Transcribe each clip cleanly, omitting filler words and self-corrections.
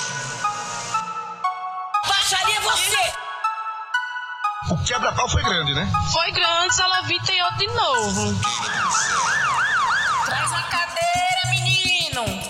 Baixaria você! O quebra-pau foi grande, né? Foi grande, Salavita e outro de novo. Traz a cadeira, menino!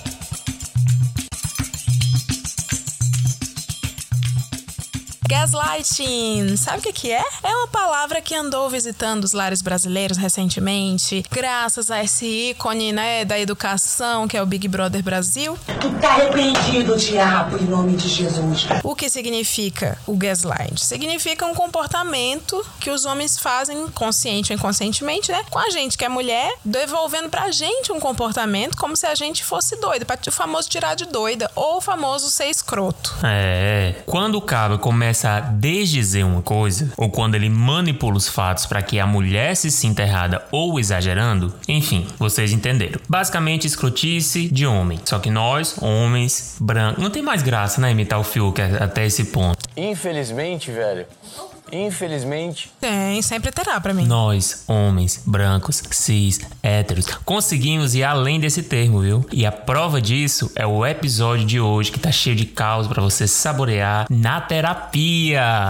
Gaslighting, sabe o que é? É uma palavra que andou visitando os lares brasileiros recentemente, graças a esse ícone, né, da educação, que é o Big Brother Brasil. Tu tá repreendido, diabo, em nome de Jesus. O que significa o gaslight? Significa um comportamento que os homens fazem, consciente ou inconscientemente, né, com a gente, que é mulher, devolvendo pra gente um comportamento como se a gente fosse doida, o famoso tirar de doida, ou o famoso ser escroto. Quando o cara começa a desdizer uma coisa, ou quando ele manipula os fatos para que a mulher se sinta errada ou exagerando, enfim, vocês entenderam. Basicamente, escrotice de homem. Só que nós, homens, brancos, não tem mais graça, né, imitar o Fiuk até esse ponto. Infelizmente, velho. Infelizmente. Tem, sempre terá pra mim. Nós, homens, brancos, cis, héteros, conseguimos ir além desse termo, viu? E a prova disso é o episódio de hoje, que tá cheio de caos pra você saborear na terapia.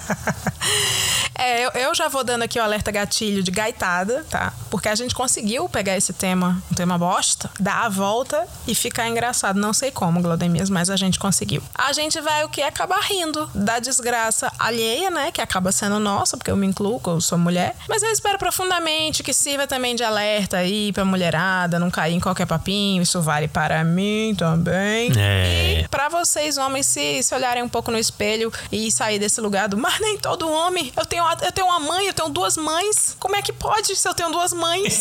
Eu já vou dando aqui o alerta gatilho de gaitada, tá? Porque a gente conseguiu pegar esse tema, um tema bosta, dar a volta e ficar engraçado. Não sei como, Glaudemias, mas a gente conseguiu. A gente vai o que? Acabar rindo da desgraça alheia, né? Que acaba sendo nossa, porque eu me incluo, eu sou mulher. Mas eu espero profundamente que sirva também de alerta aí pra mulherada, não cair em qualquer papinho. Isso vale para mim também. E pra vocês, homens, se olharem um pouco no espelho e sair desse lugar do mas nem todo homem. Eu tenho uma mãe, eu tenho duas mães. Como é que pode se eu tenho duas mães?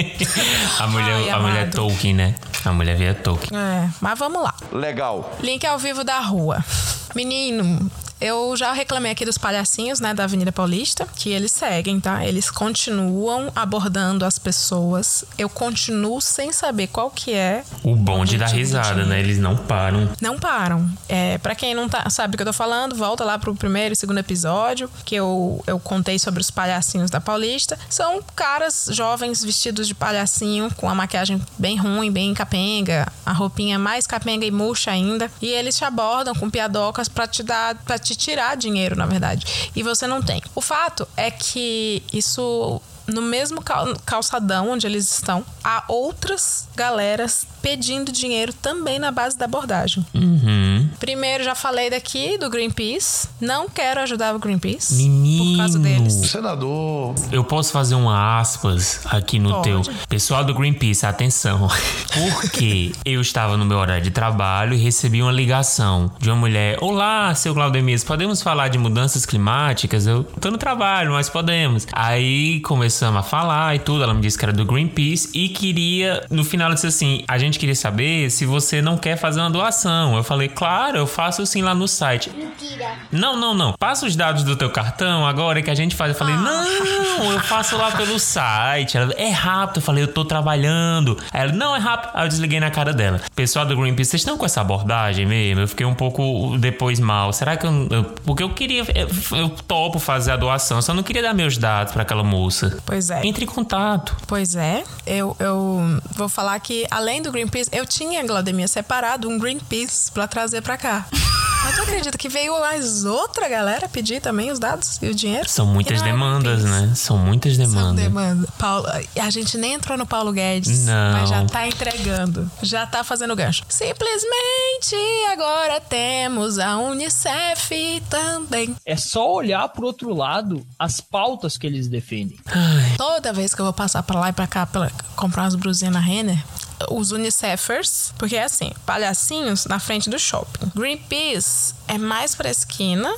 A mulher é Tolkien, né? A mulher via Tolkien. Mas vamos lá. Legal. Link ao vivo da rua. Menino, eu já reclamei aqui dos palhacinhos, né, da Avenida Paulista, que eles seguem, tá? Eles continuam abordando as pessoas. Eu continuo sem saber qual que é o bonde da risada, né? Eles não param. Não param. Pra quem não sabe do que eu tô falando, volta lá pro primeiro e segundo episódio, que eu contei sobre os palhacinhos da Paulista. São caras jovens vestidos de palhacinho, com a maquiagem bem ruim, bem capenga, a roupinha mais capenga e murcha ainda. E eles te abordam com piadocas pra te tirar dinheiro, na verdade. E você não tem. O fato é que isso, no mesmo calçadão onde eles estão, há outras galeras pedindo dinheiro também na base da abordagem. Primeiro, já falei daqui do Greenpeace. Não quero ajudar o Greenpeace. Menino, por causa deles. Senador. Eu posso fazer uma aspas aqui no teu. Pessoal do Greenpeace, atenção. Porque eu estava no meu horário de trabalho e recebi uma ligação de uma mulher. Olá, seu Glaudemias, podemos falar de mudanças climáticas? Eu tô no trabalho, mas podemos. Aí começamos a falar e tudo. Ela me disse que era do Greenpeace e queria, no final ela disse assim, a gente queria saber se você não quer fazer uma doação. Eu falei, claro, eu faço sim lá no site. Mentira. Não. Passa os dados do teu cartão agora que a gente faz. Eu falei, não, eu faço lá pelo site. Ela, é rápido. Eu falei, eu tô trabalhando. Aí ela, não, é rápido. Aí eu desliguei na cara dela. Pessoal do Greenpeace, vocês estão com essa abordagem mesmo? Eu fiquei um pouco depois mal. Será que porque eu queria, eu topo fazer a doação, só não queria dar meus dados pra aquela moça. Pois é. Entre em contato. Pois é. Eu vou falar que, além do Greenpeace, eu tinha, Glaudemia, separado um Greenpeace pra trazer pra cá. Mas tu acredita que veio mais outra galera pedir também os dados e o dinheiro? São muitas demandas, né? São muitas demandas. São demandas. Paulo, a gente nem entrou no Paulo Guedes. Não. Mas já tá entregando. Já tá fazendo gancho. Simplesmente agora temos a Unicef também. É só olhar pro outro lado as pautas que eles defendem. Toda vez que eu vou passar pra lá e pra cá pra comprar umas brusinhas na Renner, os Unicefers, porque é assim, palhacinhos na frente do shopping. Greenpeace é mais pra esquina.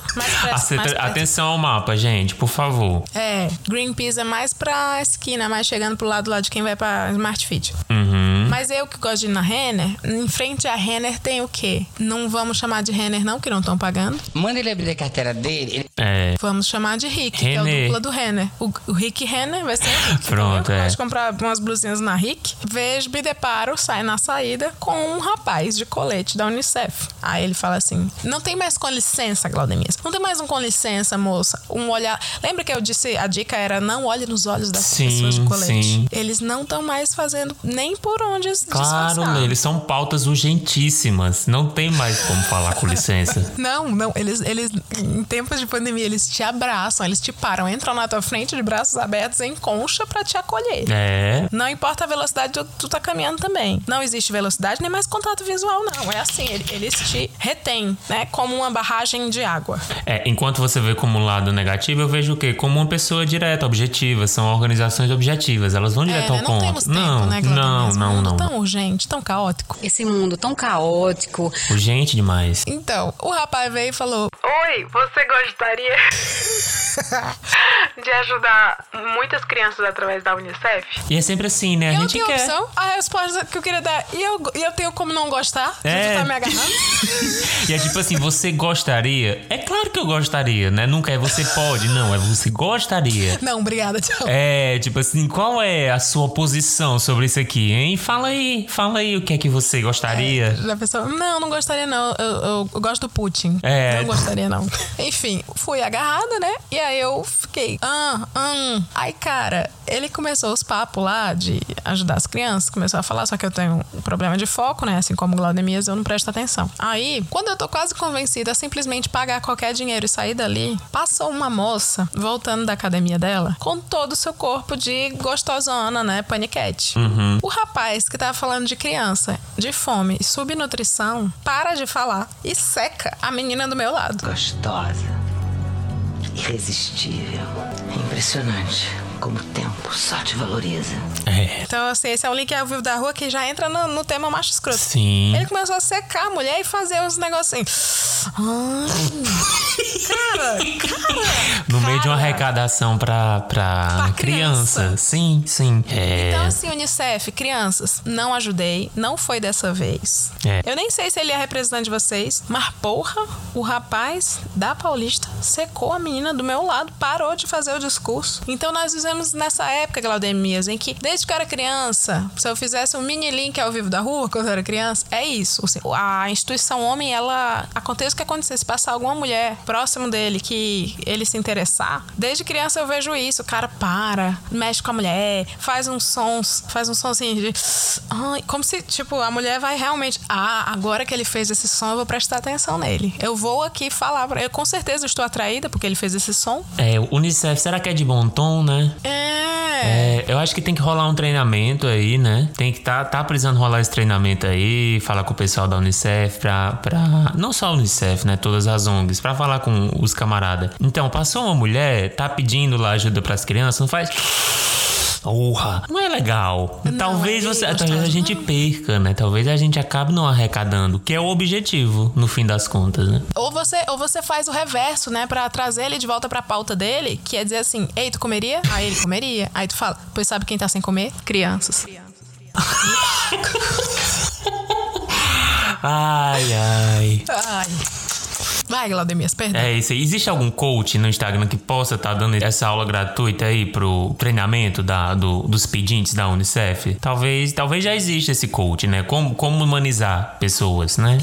Atenção ao mapa, gente, por favor. Greenpeace é mais pra esquina, mais chegando pro lado lá de quem vai pra Smart Fit. Mas eu que gosto de ir na Renner, em frente à Renner tem o quê? Não vamos chamar de Renner não, que não estão pagando. Manda ele abrir a carteira dele. Vamos chamar de Rick, que é o dupla do Renner. O Rick Renner vai ser o Rick. Pronto, eu gosto de comprar umas blusinhas na Rick. Me deparo, sai na saída com um rapaz de colete da Unicef. Aí ele fala assim, não tem mais com licença, Glaudemias. Não tem mais um com licença, moça. Um olhar... Lembra que eu disse, a dica era não olhe nos olhos das pessoas de colete. Sim. Eles não estão mais fazendo nem por onde disfarçar. Claro, eles são pautas urgentíssimas. Não tem mais como falar com licença. Não, eles em tempos de pandemia, eles te abraçam, eles te param, entram na tua frente de braços abertos em concha pra te acolher. É. Não importa a velocidade que tu tá caminhando também. Não existe velocidade nem mais contato visual, não. É assim, eles te retêm, né? Como uma barragem de água. Enquanto você vê como um lado negativo, eu vejo o quê? Como uma pessoa direta, objetiva. São organizações objetivas. Elas vão direto ao não ponto. Temos tempo, né, Claudinha? Não. Tão urgente, tão caótico. Esse mundo tão caótico. Urgente demais. Então, o rapaz veio e falou: Oi, você gostaria de ajudar muitas crianças através da Unicef? E é sempre assim, né? A gente quer. Opção. A resposta que eu queria dar, e eu tenho como não gostar? Você tá me agarrando? E é tipo assim, você gostaria? É claro que eu gostaria, né? Nunca é você pode, não, é você gostaria. Não, obrigada, tchau. Tipo assim, qual é a sua posição sobre isso aqui, hein? Fala aí o que é que você gostaria. Já pensou? Não gostaria não, eu gosto do Putin. Não gostaria não. Enfim, fui agarrada, né? E aí eu fiquei, Aí, cara, ele começou os papos lá de ajudar as crianças, começou a falar, só que eu tenho um problema de foco, né? Assim como Glaudemias, eu não presto atenção. Aí, quando eu tô quase convencida a simplesmente pagar qualquer dinheiro e sair dali, passou uma moça, voltando da academia dela, com todo o seu corpo de gostosona, né? Paniquete. Uhum. O rapaz que tava falando de criança, de fome e subnutrição, para de falar e seca a menina do meu lado. Gostosa. Irresistível. É impressionante como o tempo só te valoriza. Então, assim, esse é o link ao vivo da rua que já entra no tema macho escroto. Sim. Ele começou a secar a mulher e fazer uns negocinhos. Cara. No meio de uma arrecadação pra criança. Sim. Então, assim, Unicef, crianças, não ajudei. Não foi dessa vez. Eu nem sei se ele é representante de vocês, mas porra, o rapaz da Paulista secou a menina do meu lado, parou de fazer o discurso. Então, nós fizemos nessa época, Glaudemias, em que desde que eu era criança, se eu fizesse um mini link ao vivo da rua quando eu era criança, é isso. Assim, a instituição homem, ela aconteça o que acontecer, se passar alguma mulher próximo dele que ele se interessar, desde criança eu vejo isso. O cara mexe com a mulher, faz um som assim de como se, tipo, a mulher vai realmente agora que ele fez esse som, eu vou prestar atenção nele. Eu vou aqui falar pra ele, com certeza eu estou atraída porque ele fez esse som. Unicef, será que é de bom tom, né? Eu acho que tem que rolar um treinamento aí, né? Tem que tá precisando rolar esse treinamento aí, falar com o pessoal da Unicef pra não só a Unicef, né? Todas as ONGs, pra falar com os camaradas. Então, passou uma mulher, tá pedindo lá ajuda pras crianças, não faz... Não é legal. Talvez a gente perca, né? Talvez a gente acabe não arrecadando, que é o objetivo, no fim das contas, né? Ou você faz o reverso, né? Pra trazer ele de volta pra pauta dele, que é dizer assim, ei, tu comeria? Aí ele comeria. Aí tu fala, pois sabe quem tá sem comer? Crianças. Ai. Vai, Glaudemias, perdão. É isso aí. Existe algum coach no Instagram que possa estar dando essa aula gratuita aí pro treinamento dos pedintes da Unicef? Talvez já exista esse coach, né? Como humanizar pessoas, né?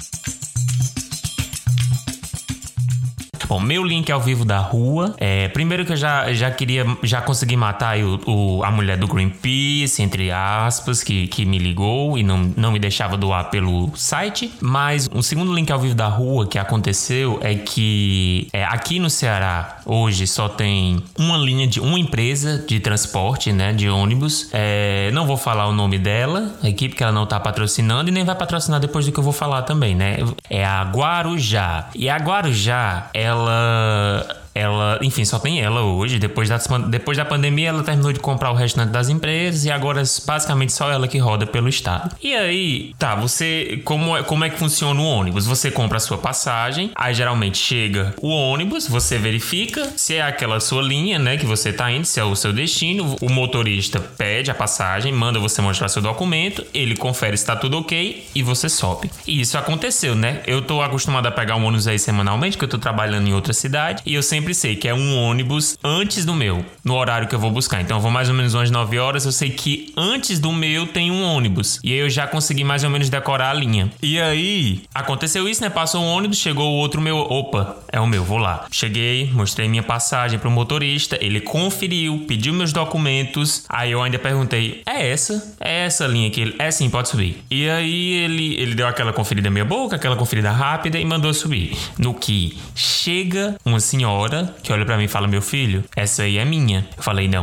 Bom, meu link ao vivo da rua. Primeiro que eu já consegui matar aí a mulher do Greenpeace, entre aspas, que me ligou e não me deixava doar pelo site. Mas um segundo link ao vivo da rua que aconteceu é que aqui no Ceará hoje só tem uma empresa de transporte, né, de ônibus. Não vou falar o nome dela aqui porque ela não tá patrocinando e nem vai patrocinar depois do que eu vou falar também, né? É a Guarujá. E a Guarujá, ela, enfim, só tem ela hoje. Depois da pandemia, ela terminou de comprar o restante das empresas e agora basicamente só ela que roda pelo estado. E aí, como é que funciona o ônibus? Você compra a sua passagem, aí geralmente chega o ônibus, você verifica se é aquela sua linha, né, que você tá indo, se é o seu destino. O motorista pede a passagem, manda você mostrar seu documento, ele confere se tá tudo ok e você sobe. E isso aconteceu, né? Eu tô acostumado a pegar um ônibus aí semanalmente, porque eu tô trabalhando em outra cidade, e eu sempre sempre sei que é um ônibus antes do meu, no horário que eu vou buscar. Então eu vou mais ou menos umas 9 horas, eu sei que antes do meu tem um ônibus. E aí eu já consegui mais ou menos decorar a linha. E aí, aconteceu isso, né? Passou um ônibus, chegou o outro meu. Opa, é o meu, vou lá. Cheguei, mostrei minha passagem pro motorista, ele conferiu, pediu meus documentos. Aí eu ainda perguntei, é essa linha aqui? É sim, pode subir. E aí ele deu aquela conferida meia boca, aquela conferida rápida e mandou subir. No que chega uma senhora que olha pra mim e fala, meu filho, essa aí é minha. Eu falei, não.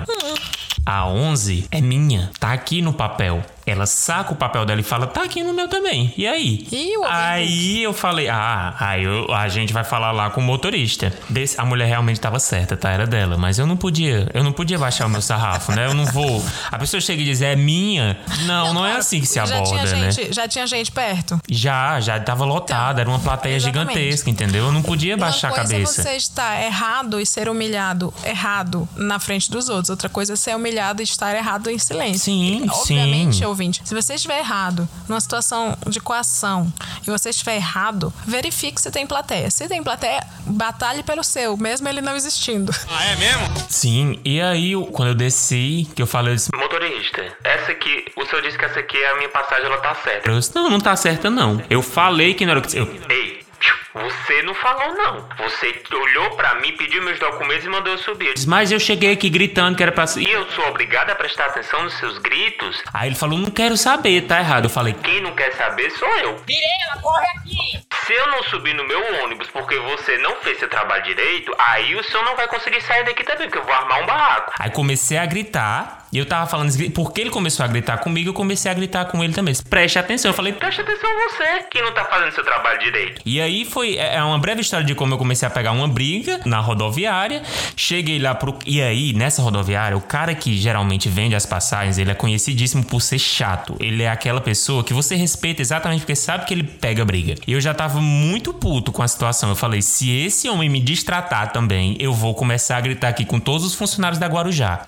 A 11 é minha, tá aqui no papel. Ela saca o papel dela e fala, tá aqui no meu também. E aí? Aí eu falei, a gente vai falar lá com o motorista. A mulher realmente tava certa, tá? Era dela. Mas eu não podia baixar o meu sarrafo, né? Eu não vou... A pessoa chega e diz, é minha. Não é assim que se aborda, né? Já tinha gente perto? Já tava lotada. Era uma plateia gigantesca, entendeu? Eu não podia baixar a cabeça. Uma coisa é você estar errado e ser humilhado errado na frente dos outros. Outra coisa é ser humilhado e estar errado em silêncio. Sim, obviamente, ouvinte, se você estiver errado numa situação de coação e você estiver errado, verifique se tem plateia. Se tem plateia, batalhe pelo seu, mesmo ele não existindo. Ah, é mesmo? Sim, e aí quando eu desci, que eu falei, eu disse, motorista, essa aqui, o senhor disse que essa aqui é a minha passagem, ela tá certa. Eu disse, não tá certa não. Eu falei que não era o que... Ei, você não falou não. Você olhou pra mim, pediu meus documentos e mandou eu subir. Eu disse, mas eu cheguei aqui gritando que era pra... E eu sou obrigado a prestar atenção nos seus gritos? Aí ele falou, não quero saber, tá errado. Eu falei, quem não quer saber sou eu. Mirela, corre aqui! Se eu não subir no meu ônibus porque você não fez seu trabalho direito, aí o senhor não vai conseguir sair daqui também, porque eu vou armar um barraco. Aí comecei a gritar... E eu tava falando, porque ele começou a gritar comigo, eu comecei a gritar com ele também. Preste atenção. Eu falei, preste atenção você, que não tá fazendo seu trabalho direito. E aí é uma breve história de como eu comecei a pegar uma briga na rodoviária. Cheguei lá E aí, nessa rodoviária, o cara que geralmente vende as passagens, ele é conhecidíssimo por ser chato. Ele é aquela pessoa que você respeita exatamente porque sabe que ele pega briga. E eu já tava muito puto com a situação. Eu falei, se esse homem me destratar também, eu vou começar a gritar aqui com todos os funcionários da Guarujá.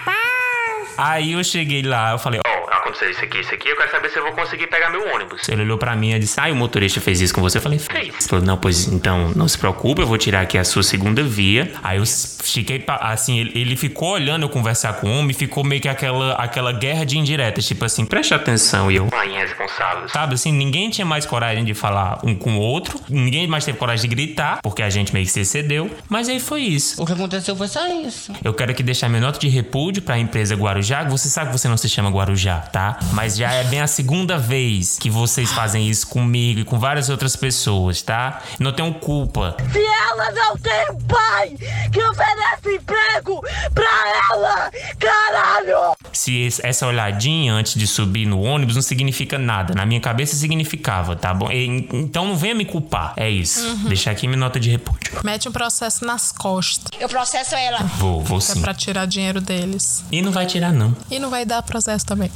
Aí eu cheguei lá, eu falei, aconteceu isso aqui, eu quero saber se eu vou conseguir pegar meu ônibus. Ele olhou pra mim e disse, o motorista fez isso com você? Eu falei, fez. Ele falou, não, pois então, não se preocupe, eu vou tirar aqui a sua segunda via. Aí eu fiquei, assim, ele ficou olhando eu conversar com o homem, ficou meio que aquela guerra de indiretas, tipo assim, preste atenção. E eu, irresponsável. Sabe, assim, ninguém tinha mais coragem de falar um com o outro, ninguém mais teve coragem de gritar, porque a gente meio que se excedeu, mas aí foi isso. O que aconteceu foi só isso. Eu quero aqui deixar minha nota de repúdio pra empresa Guarujá. Você sabe que você não se chama Guarujá, tá? Mas já é bem a segunda vez que vocês fazem isso comigo e com várias outras pessoas, tá? Não tenho culpa. Se ela não tem um pai que oferece emprego pra ela, caralho! Se essa olhadinha antes de subir no ônibus não significa nada. Na minha cabeça significava, tá bom? Então não venha me culpar. É isso. Deixar aqui minha nota de repúdio. Mete um processo nas costas. Eu processo ela. Vou sim. É pra tirar dinheiro deles. E não vai tirar, não. E não vai dar processo também.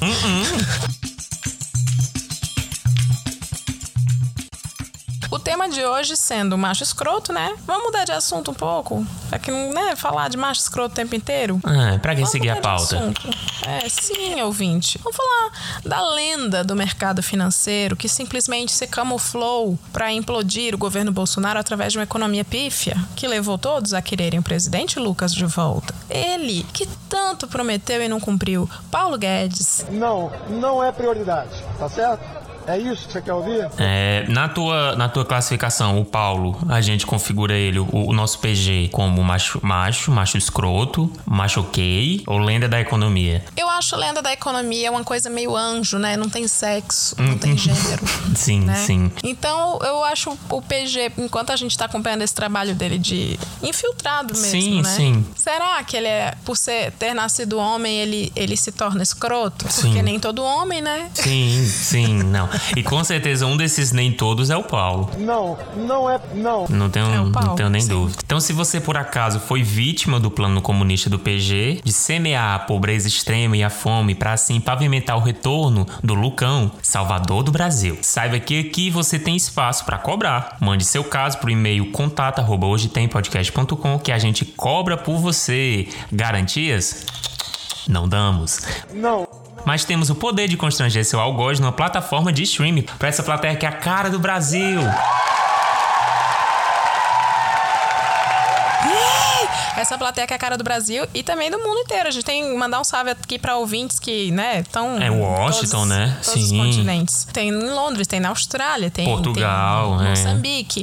O tema de hoje sendo macho escroto, né? Vamos mudar de assunto um pouco? Pra que não, né, falar de macho escroto o tempo inteiro? Pra quem seguir a pauta? Sim, ouvinte. Vamos falar da lenda do mercado financeiro que simplesmente se camuflou pra implodir o governo Bolsonaro através de uma economia pífia que levou todos a quererem o presidente Lucas de volta. Ele, que tanto prometeu e não cumpriu, Paulo Guedes. Não é prioridade, tá certo? É isso que você quer ouvir? Na tua classificação, o Paulo, a gente configura ele, o nosso PG, como macho escroto, macho ok ou lenda da economia? Eu acho lenda da economia uma coisa meio anjo, né? Não tem sexo, não tem gênero. Sim, né? sim. Então, eu acho o PG, enquanto a gente tá acompanhando esse trabalho dele de infiltrado mesmo, né? Sim. Será que ele por ter nascido homem, ele se torna escroto? Sim. Porque nem todo homem, né? Sim, não. E com certeza um desses nem todos é o Paulo. Não. Não tenho nem sim. dúvida. Então, se você por acaso foi vítima do plano comunista do PG, de semear a pobreza extrema e a fome para assim pavimentar o retorno do Lucão, Salvador do Brasil, saiba que aqui você tem espaço para cobrar. Mande seu caso pro e-mail contato@hojetempodcast.com que a gente cobra por você. Garantias? Não damos. Não. Mas temos o poder de constranger seu algoz numa plataforma de streaming para essa plateia que é a cara do Brasil. essa plateia que é a cara do Brasil e também do mundo inteiro. A gente tem que mandar um salve aqui pra ouvintes que, né, estão... É Washington, né? Todos os continentes. Tem em Londres, tem na Austrália, tem Portugal, tem Moçambique.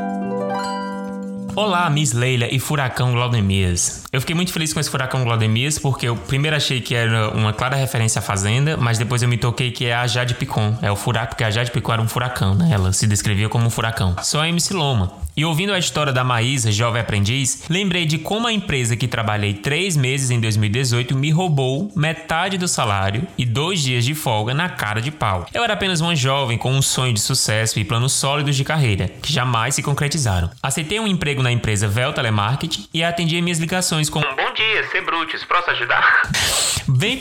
Olá, Miss Leila e Furacão Glaudemias. Eu fiquei muito feliz com esse Furacão Glaudemias porque eu primeiro achei que era uma clara referência à Fazenda, mas depois eu me toquei que é a Jade Picon. É o furacão, porque a Jade Picon era um furacão, né? Ela se descrevia como um furacão. Sou a MC Loma. E ouvindo a história da Maísa, jovem aprendiz, lembrei de como a empresa que trabalhei 3 meses em 2018 me roubou metade do salário e 2 dias de folga na cara de pau. Eu era apenas uma jovem com um sonho de sucesso e planos sólidos de carreira, que jamais se concretizaram. Aceitei um emprego na empresa Vel Telemarketing e atendi minhas ligações com bom dia, Sebrutis, posso ajudar? Bem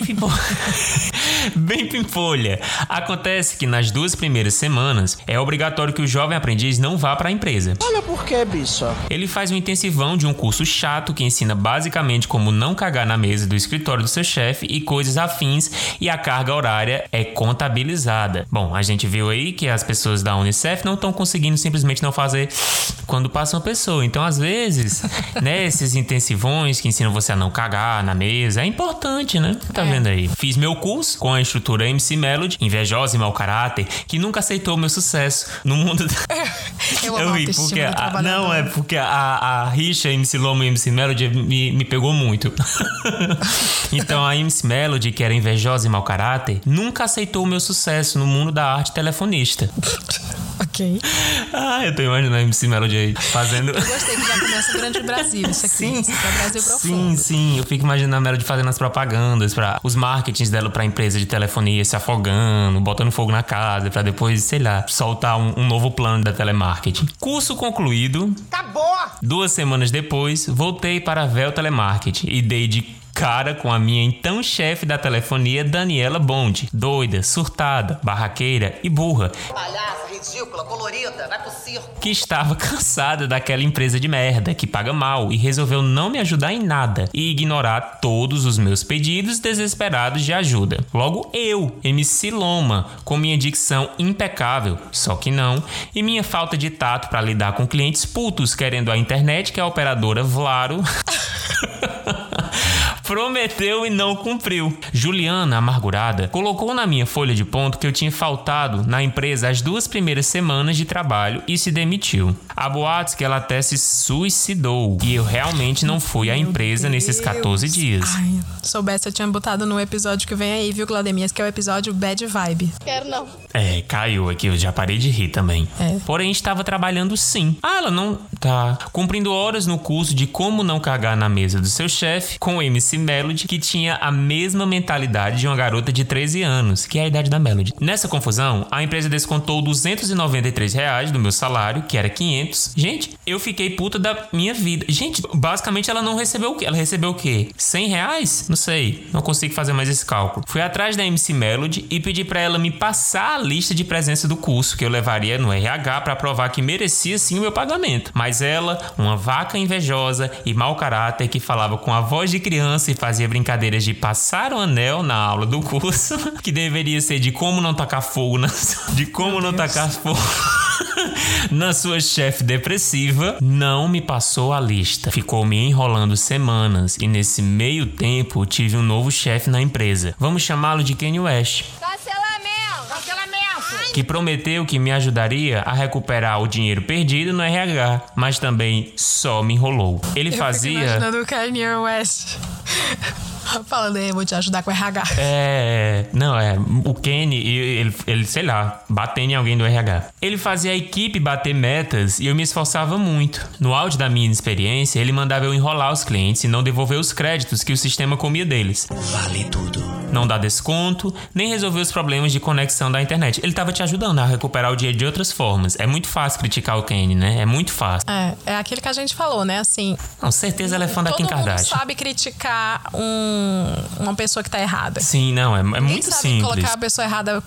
pimpolha. Acontece que nas 2 primeiras semanas é obrigatório que o jovem aprendiz não vá para a empresa. Olha por que, bicha? Ele faz um intensivão de um curso chato que ensina basicamente como não cagar na mesa do escritório do seu chefe e coisas afins, e a carga horária é contabilizada. Bom, a gente viu aí que as pessoas da Unicef não estão conseguindo simplesmente não fazer quando passa uma pessoa. Então, às vezes, né, esses intensivões que ensinam você a não cagar na mesa é importante, né? Tá vendo aí? Fiz meu curso com a instrutora MC Melody, invejosa e mau caráter, que nunca aceitou meu sucesso no mundo... Eu ri porque porque a rixa MC Loma e MC Melody me pegou muito. Então a MC Melody, que era invejosa e mau caráter, nunca aceitou o meu sucesso no mundo da arte telefonista. Ok. Eu tô imaginando a MC Melody aí fazendo... Eu gostei que já começa Grande Brasil, isso aqui. Sim. Isso é Brasil profundo. Sim. Eu fico imaginando a Melody fazendo as propagandas, para os marketings dela pra empresa de telefonia se afogando, botando fogo na casa, pra depois, sei lá, soltar um novo plano da telemarketing. Curso concluído. Acabou! 2 semanas depois, voltei para a Vel Telemarketing e dei de cara com a minha então chefe da telefonia, Daniela Bond. Doida, surtada, barraqueira e burra. Palhaça, ridícula, colorida, vai pro circo. Que estava cansada daquela empresa de merda, que paga mal, e resolveu não me ajudar em nada e ignorar todos os meus pedidos desesperados de ajuda. Logo eu, MC Loma, com minha dicção impecável, só que não, e minha falta de tato para lidar com clientes putos querendo a internet que a operadora Vlaro... prometeu e não cumpriu. Juliana, amargurada, colocou na minha folha de ponto que eu tinha faltado na empresa as 2 primeiras semanas de trabalho e se demitiu. Há boatos que ela até se suicidou e eu realmente não fui à empresa nesses 14 dias. Ai, soubesse, eu tinha botado no episódio que vem aí, viu, Glaudemias, que é o episódio Bad Vibe. Quero não. Caiu aqui, eu já parei de rir também. Porém, estava trabalhando sim. Ela não tá cumprindo horas no curso de como não cagar na mesa do seu chefe com o MC Melody, que tinha a mesma mentalidade de uma garota de 13 anos, que é a idade da Melody. Nessa confusão, a empresa descontou R$293 do meu salário, que era 500. Gente, eu fiquei puta da minha vida. Gente, basicamente ela não recebeu o quê? Ela recebeu o quê? R$100? Não sei, não consigo fazer mais esse cálculo. Fui atrás da MC Melody e pedi pra ela me passar a lista de presença do curso que eu levaria no RH pra provar que merecia sim o meu pagamento. Mas ela, uma vaca invejosa e mau caráter que falava com a voz de criança e fazia brincadeiras de passar o anel na aula do curso, que deveria ser de como não tacar fogo na sua chefe depressiva, não me passou a lista. Ficou me enrolando semanas e nesse meio tempo tive um novo chefe na empresa. Vamos chamá-lo de Kanye West. Que prometeu que me ajudaria a recuperar o dinheiro perdido no RH, mas também só me enrolou. Ele fazia... Eu fico imaginando o Kanye West falando aí, eu vou te ajudar com o RH. O Kenny, ele, sei lá, batendo em alguém do RH. Ele fazia a equipe bater metas e eu me esforçava muito. No auge da minha experiência, ele mandava eu enrolar os clientes e não devolver os créditos que o sistema comia deles. Vale tudo. Não dá desconto, nem resolver os problemas de conexão da internet. Ele tava te ajudando a recuperar o dinheiro de outras formas. É muito fácil criticar o Kenny, né? É muito fácil. É aquilo que a gente falou, né? Assim... Com certeza ela é fã da Kim Kardashian. Todo mundo sabe criticar uma pessoa que tá errada. Sim, não, é muito simples. Ninguém sabe colocar a pessoa errada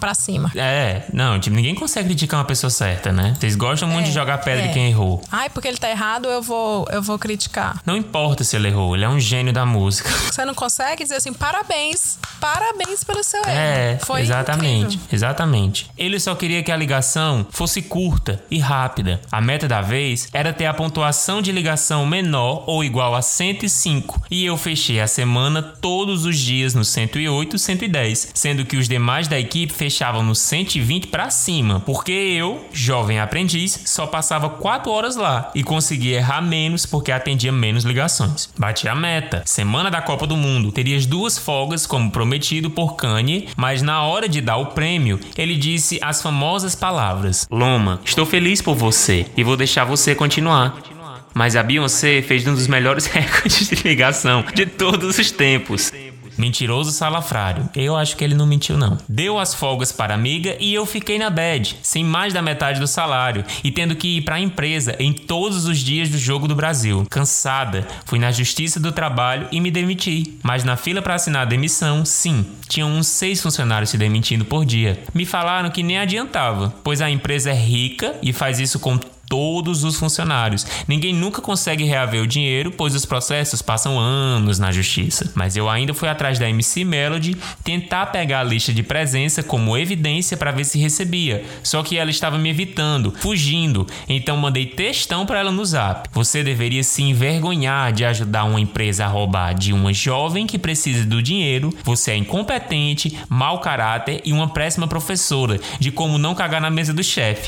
pra cima. Não, tipo, ninguém consegue criticar uma pessoa certa, né? Vocês gostam muito de jogar pedra de quem errou. Ai, porque ele tá errado, eu vou criticar. Não importa se ele errou, ele é um gênio da música. Você não consegue dizer assim, parabéns pelo seu erro. Foi exatamente, incrível. Exatamente. Ele só queria que a ligação fosse curta e rápida. A meta da vez era ter a pontuação de ligação menor ou igual a 105. E eu fechei a semana todos os dias no 108, 110, sendo que os demais da equipe fechavam no 120 pra cima, porque eu, jovem aprendiz, só passava 4 horas lá e conseguia errar menos porque atendia menos ligações. Bati a meta. Semana da Copa do Mundo. Terias 2 folgas como prometido por Kanye, mas na hora de dar o prêmio, ele disse as famosas palavras: Loma, estou feliz por você e vou deixar você continuar. Mas a Beyoncé fez um dos melhores recordes de ligação de todos os tempos. Mentiroso salafrário. Eu acho que ele não mentiu, não. Deu as folgas para a amiga e eu fiquei na bad, sem mais da metade do salário e tendo que ir para a empresa em todos os dias do Jogo do Brasil. Cansada, fui na Justiça do Trabalho e me demiti. Mas na fila para assinar a demissão, sim, tinham uns 6 funcionários se demitindo por dia. Me falaram que nem adiantava, pois a empresa é rica e faz isso com todos os funcionários. Ninguém nunca consegue reaver o dinheiro, pois os processos passam anos na justiça. Mas eu ainda fui atrás da MC Melody tentar pegar a lista de presença como evidência para ver se recebia. Só que ela estava me evitando, fugindo. Então mandei textão para ela no zap. Você deveria se envergonhar de ajudar uma empresa a roubar de uma jovem que precisa do dinheiro. Você é incompetente, mau caráter e uma péssima professora de como não cagar na mesa do chefe.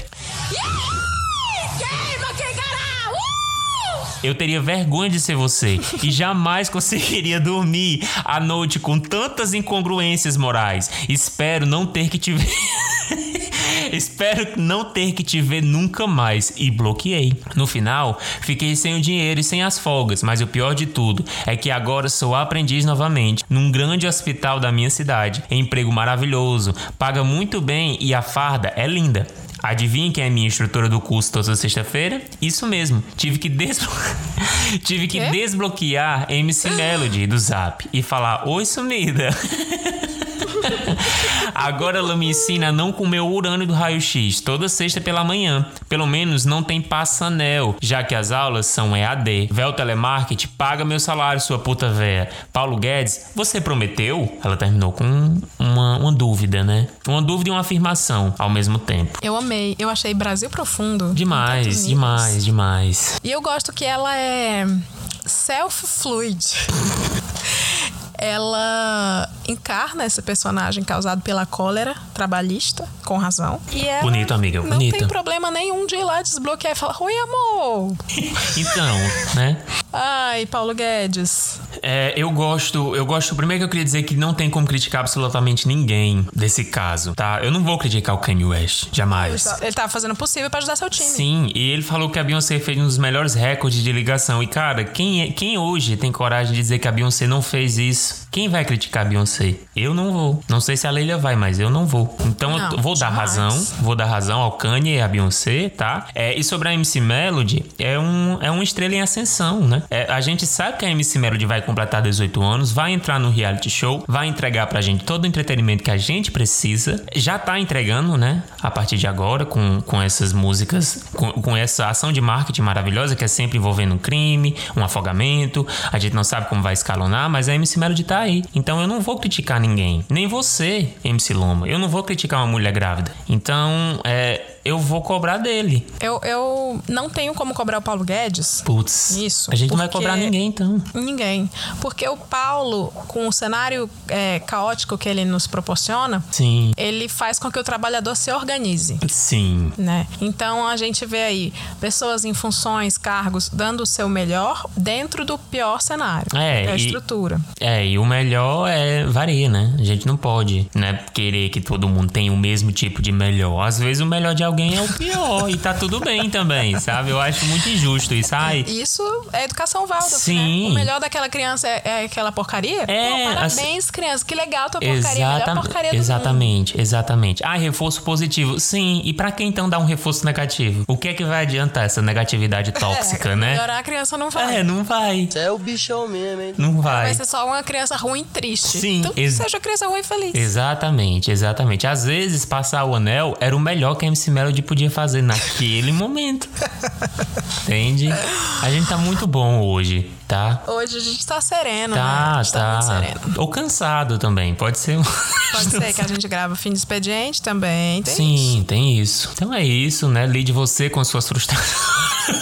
Eu teria vergonha de ser você e jamais conseguiria dormir à noite com tantas incongruências morais. Espero não ter que te ver. Espero não ter que te ver nunca mais. E bloqueei. No final, fiquei sem o dinheiro e sem as folgas, mas o pior de tudo é que agora sou aprendiz novamente num grande hospital da minha cidade. Emprego maravilhoso, paga muito bem e a farda é linda. Adivinha quem é minha instrutora do curso toda sexta-feira? Isso mesmo. Tive que desbloquear MC Melody do Zap e falar: oi, sumida. Agora ela me ensina a não comer o urânio do raio-x toda sexta pela manhã. Pelo menos não tem passanel, já que as aulas são EAD. Véu Telemarketing, paga meu salário, sua puta véia. Paulo Guedes, você prometeu? Ela terminou com uma dúvida, né? Uma dúvida e uma afirmação ao mesmo tempo. Eu amei. Eu achei Brasil profundo. Demais. E eu gosto que ela é self-fluid. Ela encarna esse personagem causado pela cólera trabalhista, com razão. E ela bonito, amiga, não bonito. tem problema nenhum de ir lá desbloquear e falar: oi, amor. Então, né? Ai, Paulo Guedes. Eu gosto. Primeiro que eu queria dizer que não tem como criticar absolutamente ninguém desse caso, tá? Eu não vou criticar o Kanye West, jamais. Ele tava fazendo o possível pra ajudar seu time. Sim, e ele falou que a Beyoncé fez um dos melhores recordes de ligação. E, cara, quem hoje tem coragem de dizer que a Beyoncé não fez isso? Quem vai criticar a Beyoncé? Eu não vou. Não sei se a Leila vai, mas eu não vou. Então eu vou dar razão ao Kanye e à Beyoncé, tá? E sobre a MC Melody, é uma estrela em ascensão, né? A gente sabe que a MC Melody vai completar 18 anos, vai entrar no reality show, vai entregar pra gente todo o entretenimento que a gente precisa. Já tá entregando, né? A partir de agora, com essas músicas, com essa ação de marketing maravilhosa, que é sempre envolvendo um crime, um afogamento. A gente não sabe como vai escalonar, mas a MC Melody tá aí. Então eu não vou criticar ninguém. Nem você, MC Loma. Eu não vou criticar uma mulher grávida. Então, eu vou cobrar dele. Eu não tenho como cobrar o Paulo Guedes. Putz. Isso. A gente não vai cobrar ninguém, então. Ninguém. Porque o Paulo, com o cenário caótico que ele nos proporciona, sim, ele faz com que o trabalhador se organize. Sim. Né? Então a gente vê aí pessoas em funções, cargos, dando o seu melhor dentro do pior cenário. É a estrutura. E o melhor varia, né? A gente não pode, né, querer que todo mundo tenha o mesmo tipo de melhor. Às vezes o melhor de alguém alguém é o pior. E tá tudo bem também, sabe? Eu acho muito injusto isso. Ai, isso é educação Waldorf, sim. Né? O melhor daquela criança é aquela porcaria? É, parabéns, criança. Que legal tua porcaria. A melhor porcaria do mundo. Exatamente. Reforço positivo. Sim, e pra que então dar um reforço negativo? O que é que vai adiantar essa negatividade tóxica, né? Melhorar a criança não vai. Não vai. Você é o bichão mesmo, hein? Não vai. Vai ser só uma criança ruim e triste. Sim. Então, seja criança ruim e feliz. Exatamente. Às vezes, passar o anel era o melhor que a MC Melody podia fazer naquele momento. Entende? A gente tá muito bom hoje, tá? Hoje a gente tá sereno, tá, né? A gente tá muito sereno. Ou cansado também, pode ser. Pode ser que a gente grava fim de expediente também, tem isso. Então é isso, né? Lide você com as suas frustrações.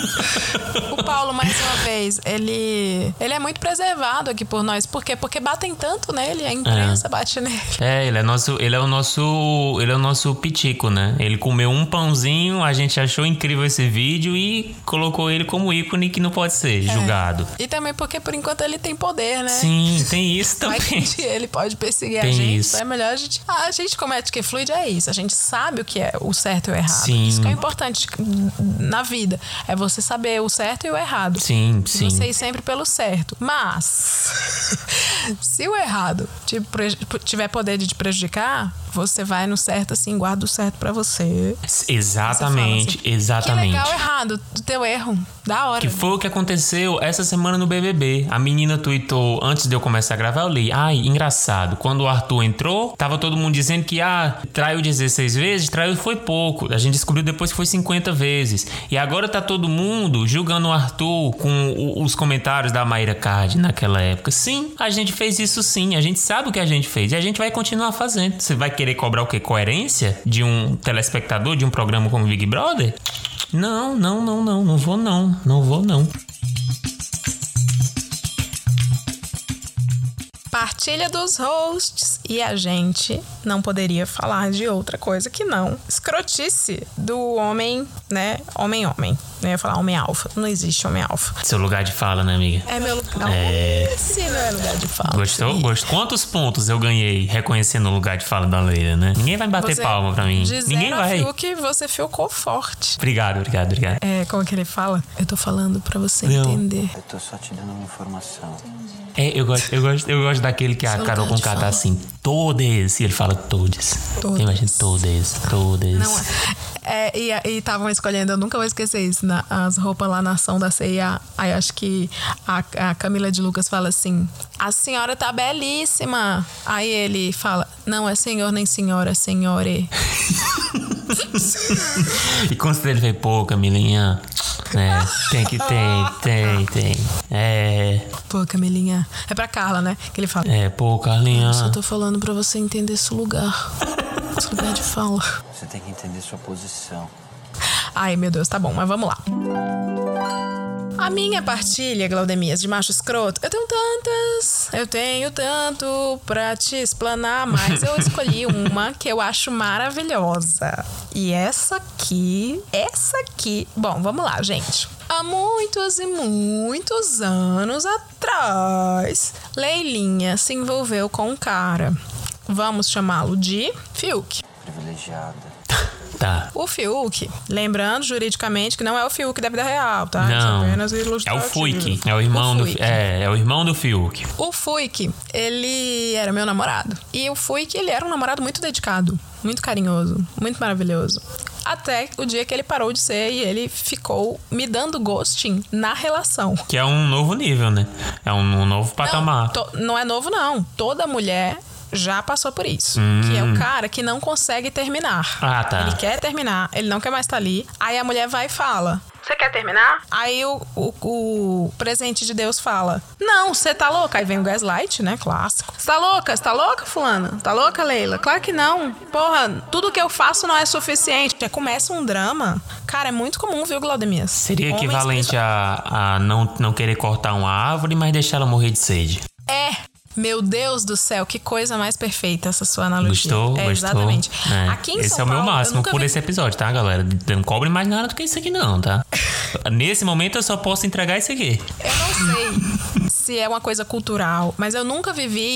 O Paulo, mais uma vez, ele é muito preservado aqui por nós. Por quê? Porque batem tanto nele, a imprensa bate nele. Ele é o nosso pitico, né? Ele comeu um pãozinho, a gente achou incrível esse vídeo e colocou ele como ícone que não pode ser julgado. E também porque, por enquanto, ele tem poder, né? Sim, tem isso também. Mas ele pode perseguir a gente. Isso. É melhor a gente como ética fluide é isso. A gente sabe o que é o certo e o errado. Sim. Isso que é importante na vida. É você saber o certo e o errado. Sim. Você ir sempre pelo certo. Mas, se o errado tiver poder de te prejudicar, você vai no certo assim, guarda o certo pra você. Exatamente. Que legal errado do teu erro. Da hora. Que foi o que aconteceu essa semana no BBB. A menina tweetou, antes de eu começar a gravar, eu li. Engraçado. Quando o Arthur entrou, tava todo mundo dizendo que, traiu 16 vezes, traiu foi pouco. A gente descobriu depois que foi 50 vezes. E agora tá todo mundo julgando o Arthur com os comentários da Mayra Card naquela época. Sim, a gente fez isso sim. A gente sabe o que a gente fez. E a gente vai continuar fazendo. Você vai querer cobrar o quê? Coerência de um telespectador de um programa como Big Brother? Não vou não. Partilha dos hosts. E a gente não poderia falar de outra coisa que não escrotice do homem, né? Homem. Não ia falar homem alfa. Não existe homem alfa. Seu lugar de fala, né, amiga? É meu lugar. Esse não é lugar de fala. Gostou? Quantos pontos eu ganhei reconhecendo o lugar de fala da Leila, né? Ninguém vai bater palma pra mim. Ninguém vai. Que você ficou forte. Obrigado. Como que ele fala? Eu tô falando pra você entender. Eu tô só te dando uma informação. Eu gosto daquele que a Carol Conká tá assim, todes, e ele fala todes. Imagina, todes. Não, e estavam escolhendo, eu nunca vou esquecer isso, as roupas lá na ação da CIA. Aí acho que a Camila de Lucas fala assim, a senhora tá belíssima. Aí ele fala, não é senhor nem senhora, é senhore. E quando ele fez, pô, Camilinha, tem. Pô, Camilinha. É pra Carla, né? Que ele fala. Pô, Carlinha. Eu só tô falando pra você entender esse lugar. Esse lugar de fala. Você tem que entender sua posição. Ai, meu Deus, tá bom, mas vamos lá. A minha partilha, Glaudemias, de macho escroto, eu tenho tanto pra te explanar, mas eu escolhi uma que eu acho maravilhosa. E essa aqui, bom, vamos lá, gente. Há muitos e muitos anos atrás, Leilinha se envolveu com um cara. Vamos chamá-lo de Fiuk. Privilegiada. Tá. O Fiuk, lembrando juridicamente que não é o Fiuk da vida real, tá? Não. É apenas ilustrativo. É o Fuik. É o irmão do Fiuk. O Fuik, ele era meu namorado. E o Fuik, ele era um namorado muito dedicado, muito carinhoso, muito maravilhoso. Até o dia que ele parou de ser e ele ficou me dando ghosting na relação. Que é um novo nível, né? É um novo patamar. Não é novo, não. Toda mulher já passou por isso. Que é o cara que não consegue terminar. Tá. Ele quer terminar, ele não quer mais estar ali. Aí a mulher vai e fala, você quer terminar? Aí o presente de Deus fala, não, você tá louca? Aí vem o gaslight, né? Clássico. Você tá louca? Você tá louca, fulana? Tá louca, Leila? Claro que não. Porra, tudo que eu faço não é suficiente. Já começa um drama. Cara, é muito comum, viu, Glaudemias? Seria equivalente a não querer cortar uma árvore, mas deixar ela morrer de sede. Meu Deus do céu, que coisa mais perfeita essa sua analogia. Gostou? Exatamente. Aqui em esse São é o meu Paulo, máximo por esse episódio, tá, galera? Não cobre mais nada do que isso aqui não, tá? Nesse momento eu só posso entregar isso aqui. Eu não sei se é uma coisa cultural, mas eu nunca vivi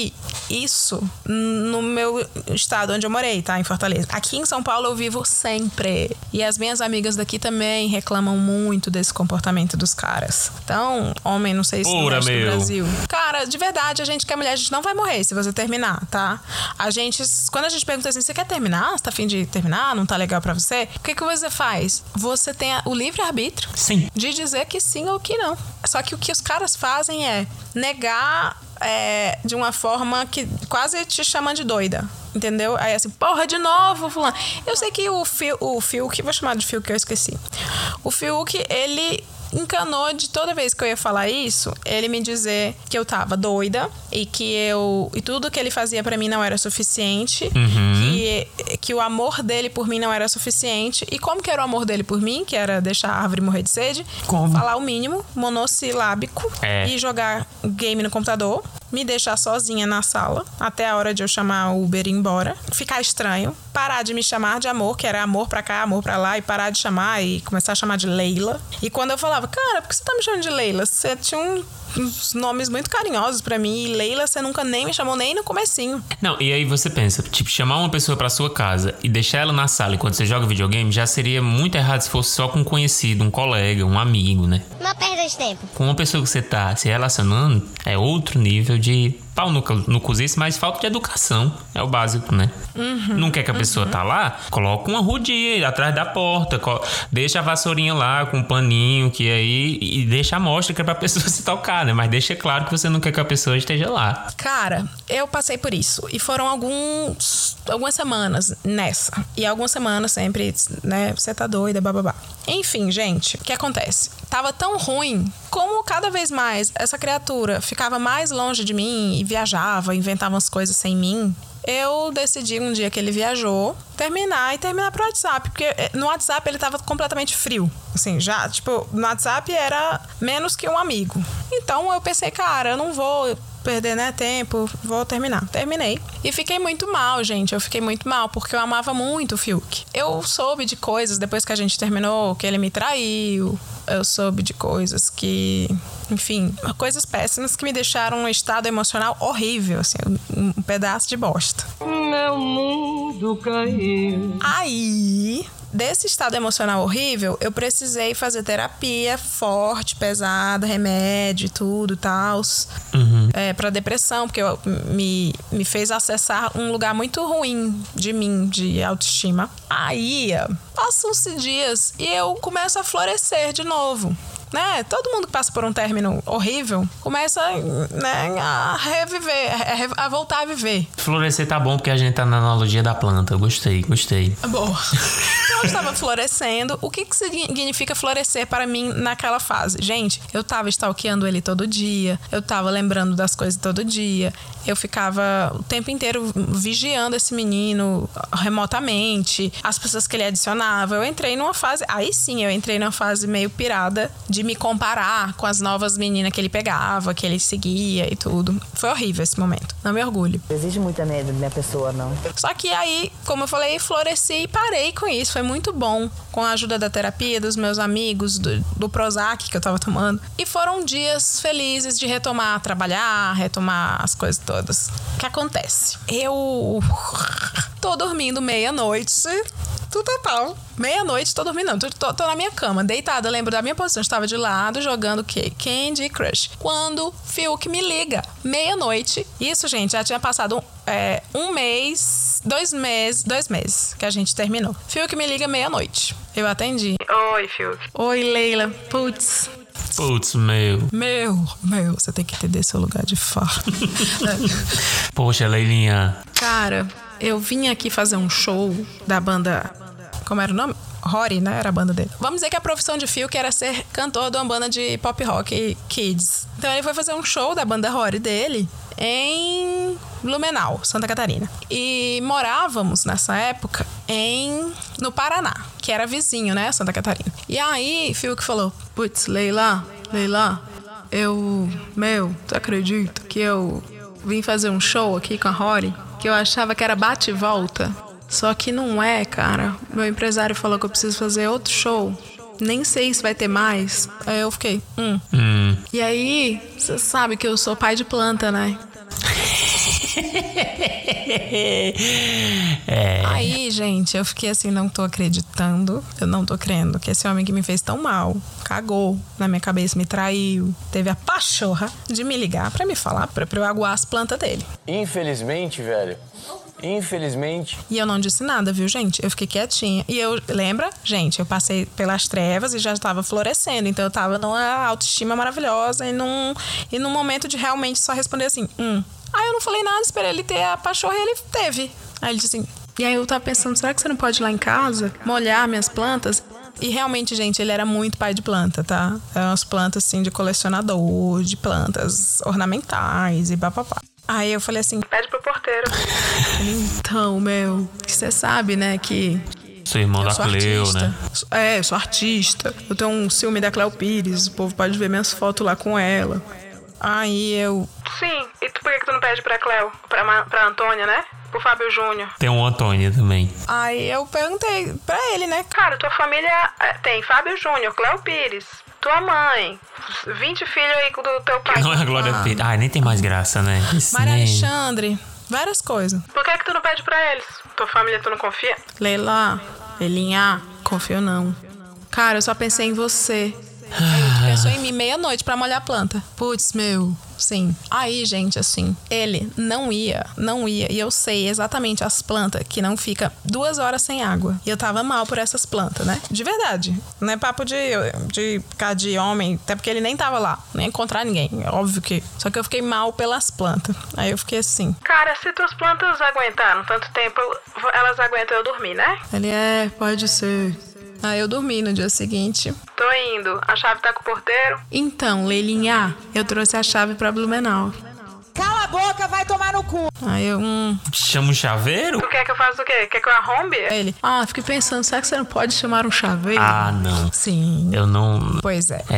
Isso no meu estado onde eu morei, tá? Em Fortaleza. Aqui em São Paulo eu vivo sempre. E as minhas amigas daqui também reclamam muito desse comportamento dos caras. Então, homem, não sei se no resto do Brasil. Cara, de verdade, a gente que é mulher, a gente não vai morrer se você terminar, tá? Quando a gente pergunta assim, você quer terminar? Você tá a fim de terminar? Não tá legal pra você? O que você faz? Você tem o livre-arbítrio de dizer que sim ou que não. Só que o que os caras fazem é negar de uma forma que quase te chama de doida. Entendeu? Aí assim, porra, de novo, fulano. Eu sei que o Fiuk, vou chamar de Fiuk que eu esqueci. O Fiuk, ele encanou de toda vez que eu ia falar isso, ele me dizer que eu tava doida e que tudo que ele fazia pra mim não era suficiente, que o amor dele por mim não era suficiente. E como que era o amor dele por mim, que era deixar a árvore morrer de sede? Como? Falar o mínimo, monossilábico, e jogar game no computador, me deixar sozinha na sala até a hora de eu chamar o Uber e ir embora, ficar estranho, parar de me chamar de amor, que era amor pra cá, amor pra lá, e parar de chamar e começar a chamar de Leila. E quando eu falava, cara, por que você tá me chamando de Leila? Você tinha uns nomes muito carinhosos pra mim, e Leila você nunca nem me chamou nem no comecinho. Não, e aí você pensa, tipo, chamar uma pessoa pra sua casa e deixar ela na sala enquanto você joga videogame já seria muito errado se fosse só com um conhecido, um colega, um amigo, né? Uma perda de tempo. Com uma pessoa que você tá se relacionando, é outro nível de pau no cozice, mas falta de educação. É o básico, né? Não quer que a pessoa tá lá? Coloca uma rodinha atrás da porta, deixa a vassourinha lá com um paninho, que aí, e deixa a mostra que é pra pessoa se tocar, né? Mas deixa claro que você não quer que a pessoa esteja lá. Cara, eu passei por isso. E foram algumas semanas nessa. E algumas semanas sempre, né? Você tá doida, bababá. Enfim, gente, o que acontece? Tava tão ruim, como cada vez mais essa criatura ficava mais longe de mim e viajava, inventava umas coisas sem mim, eu decidi um dia que ele viajou terminar pro WhatsApp, porque no WhatsApp ele tava completamente frio, assim, já, tipo, no WhatsApp era menos que um amigo. Então eu pensei, cara, eu não vou perder, né, tempo, vou terminar. Terminei. E fiquei muito mal, gente. Eu fiquei muito mal, porque eu amava muito o Fiuk. Eu soube de coisas, depois que a gente terminou, que ele me traiu. Eu soube de coisas que... Enfim, coisas péssimas que me deixaram um estado emocional horrível, assim, um pedaço de bosta. Meu mundo caiu. Aí... Desse estado emocional horrível, eu precisei fazer terapia forte, pesada, remédio e tudo e tal. Pra depressão, porque me fez acessar um lugar muito ruim de mim, de autoestima. Aí, passam-se dias e eu começo a florescer de novo. Né? Todo mundo que passa por um término horrível começa, né, a reviver, a voltar a viver. Florescer tá bom porque a gente tá na analogia da planta. Eu gostei. Boa. Então eu estava florescendo. O que significa florescer para mim naquela fase? Gente, eu tava stalkeando ele todo dia, eu tava lembrando das coisas todo dia, eu ficava o tempo inteiro vigiando esse menino remotamente, as pessoas que ele adicionava. Eu entrei numa fase, meio pirada de me comparar com as novas meninas que ele pegava, que ele seguia e tudo. Foi horrível esse momento. Não me orgulho. Existe muita medo da minha pessoa, não. Só que aí, como eu falei, floresci e parei com isso. Foi muito bom. Com a ajuda da terapia, dos meus amigos, do Prozac que eu tava tomando. E foram dias felizes de retomar trabalhar, retomar as coisas todas. O que acontece? Eu tô dormindo meia-noite. Tudo total. Meia-noite, tô dormindo, não. Tô na minha cama, deitada. Lembro da minha posição. Estava de lado, jogando o quê? Candy Crush. Quando Fiuk me liga. Meia-noite. Isso, gente, já tinha passado um mês, 2 meses que a gente terminou. Fiuk me liga meia-noite. Eu atendi. Oi, Fiuk. Oi, Leila. Putz, meu, você tem que entender seu lugar de fala. Poxa, Leilinha. Cara, eu vim aqui fazer um show da banda... Como era o nome? Rory, né? Era a banda dele. Vamos dizer que a profissão de Fiuk era ser cantor de uma banda de pop rock kids. Então ele foi fazer um show da banda Rory dele em Blumenau, Santa Catarina. E morávamos, nessa época, no Paraná, que era vizinho, né? Santa Catarina. E aí, Fiuk falou, putz, Leila, tu acredita que eu vim fazer um show aqui com a Rory, que eu achava que era bate e volta? Só que não é, cara. Meu empresário falou que eu preciso fazer outro show. Nem sei se vai ter mais. Aí eu fiquei, E aí, você sabe que eu sou pai de planta, né? Aí, gente, eu fiquei assim, não tô acreditando, eu não tô crendo que esse homem que me fez tão mal, cagou na minha cabeça, me traiu, teve a pachorra de me ligar pra me falar, pra eu aguar as plantas dele. Infelizmente, velho. Infelizmente. E eu não disse nada, viu, gente? Eu fiquei quietinha. E eu, lembra? Gente, eu passei pelas trevas e já estava florescendo. Então eu tava numa autoestima maravilhosa e num momento de realmente só responder assim, Aí eu não falei nada, esperei ele ter a pachorra e ele teve. Aí ele disse assim, e aí eu tava pensando, será que você não pode ir lá em casa molhar minhas plantas? E realmente, gente, ele era muito pai de planta, tá? Eram umas plantas, assim, de colecionador, de plantas ornamentais e papapá. Aí eu falei assim, pede pro porteiro. Então, você sabe, né, que... Seu irmão da Cleo, artista, né? Eu sou artista. Eu tenho um ciúme da Cleo Pires. O povo pode ver minhas fotos lá com ela. Aí eu... Sim, e por que tu não pede pra Cleo? Pra Antônia, né? Pro Fábio Júnior. Tem um Antônia também. Aí eu perguntei pra ele, né? Cara, tua família tem Fábio Júnior, Cleo Pires, tua mãe, 20 filhos aí do teu pai. Não é a Glória Pires. Nem tem mais graça, né? Maria Alexandre, várias coisas. Por que tu não pede pra eles? Tua família tu não confia? Leila, Elinha, confio não. Cara, eu só pensei em você. Aí tu pensou em mim meia-noite pra molhar a planta. Putz, sim. Aí, gente, assim, ele não ia. E eu sei exatamente as plantas que não fica 2 horas sem água. E eu tava mal por essas plantas, né? De verdade. Não é papo de homem, até porque ele nem tava lá. Nem ia encontrar ninguém, é óbvio que. Só que eu fiquei mal pelas plantas. Aí eu fiquei assim. Cara, se tuas plantas aguentaram tanto tempo, elas aguentam eu dormir, né? Ele pode ser. Aí eu dormi no dia seguinte. Tô indo. A chave tá com o porteiro? Então, Leilinha, eu trouxe a chave pra Blumenau. Cala a boca, vai tomar no cu. Aí eu, Chama um chaveiro? Tu quer que eu faça o quê? Quer que eu arrombe? Aí ele, fiquei pensando, será que você não pode chamar um chaveiro? Não. Sim. Eu não... Pois é.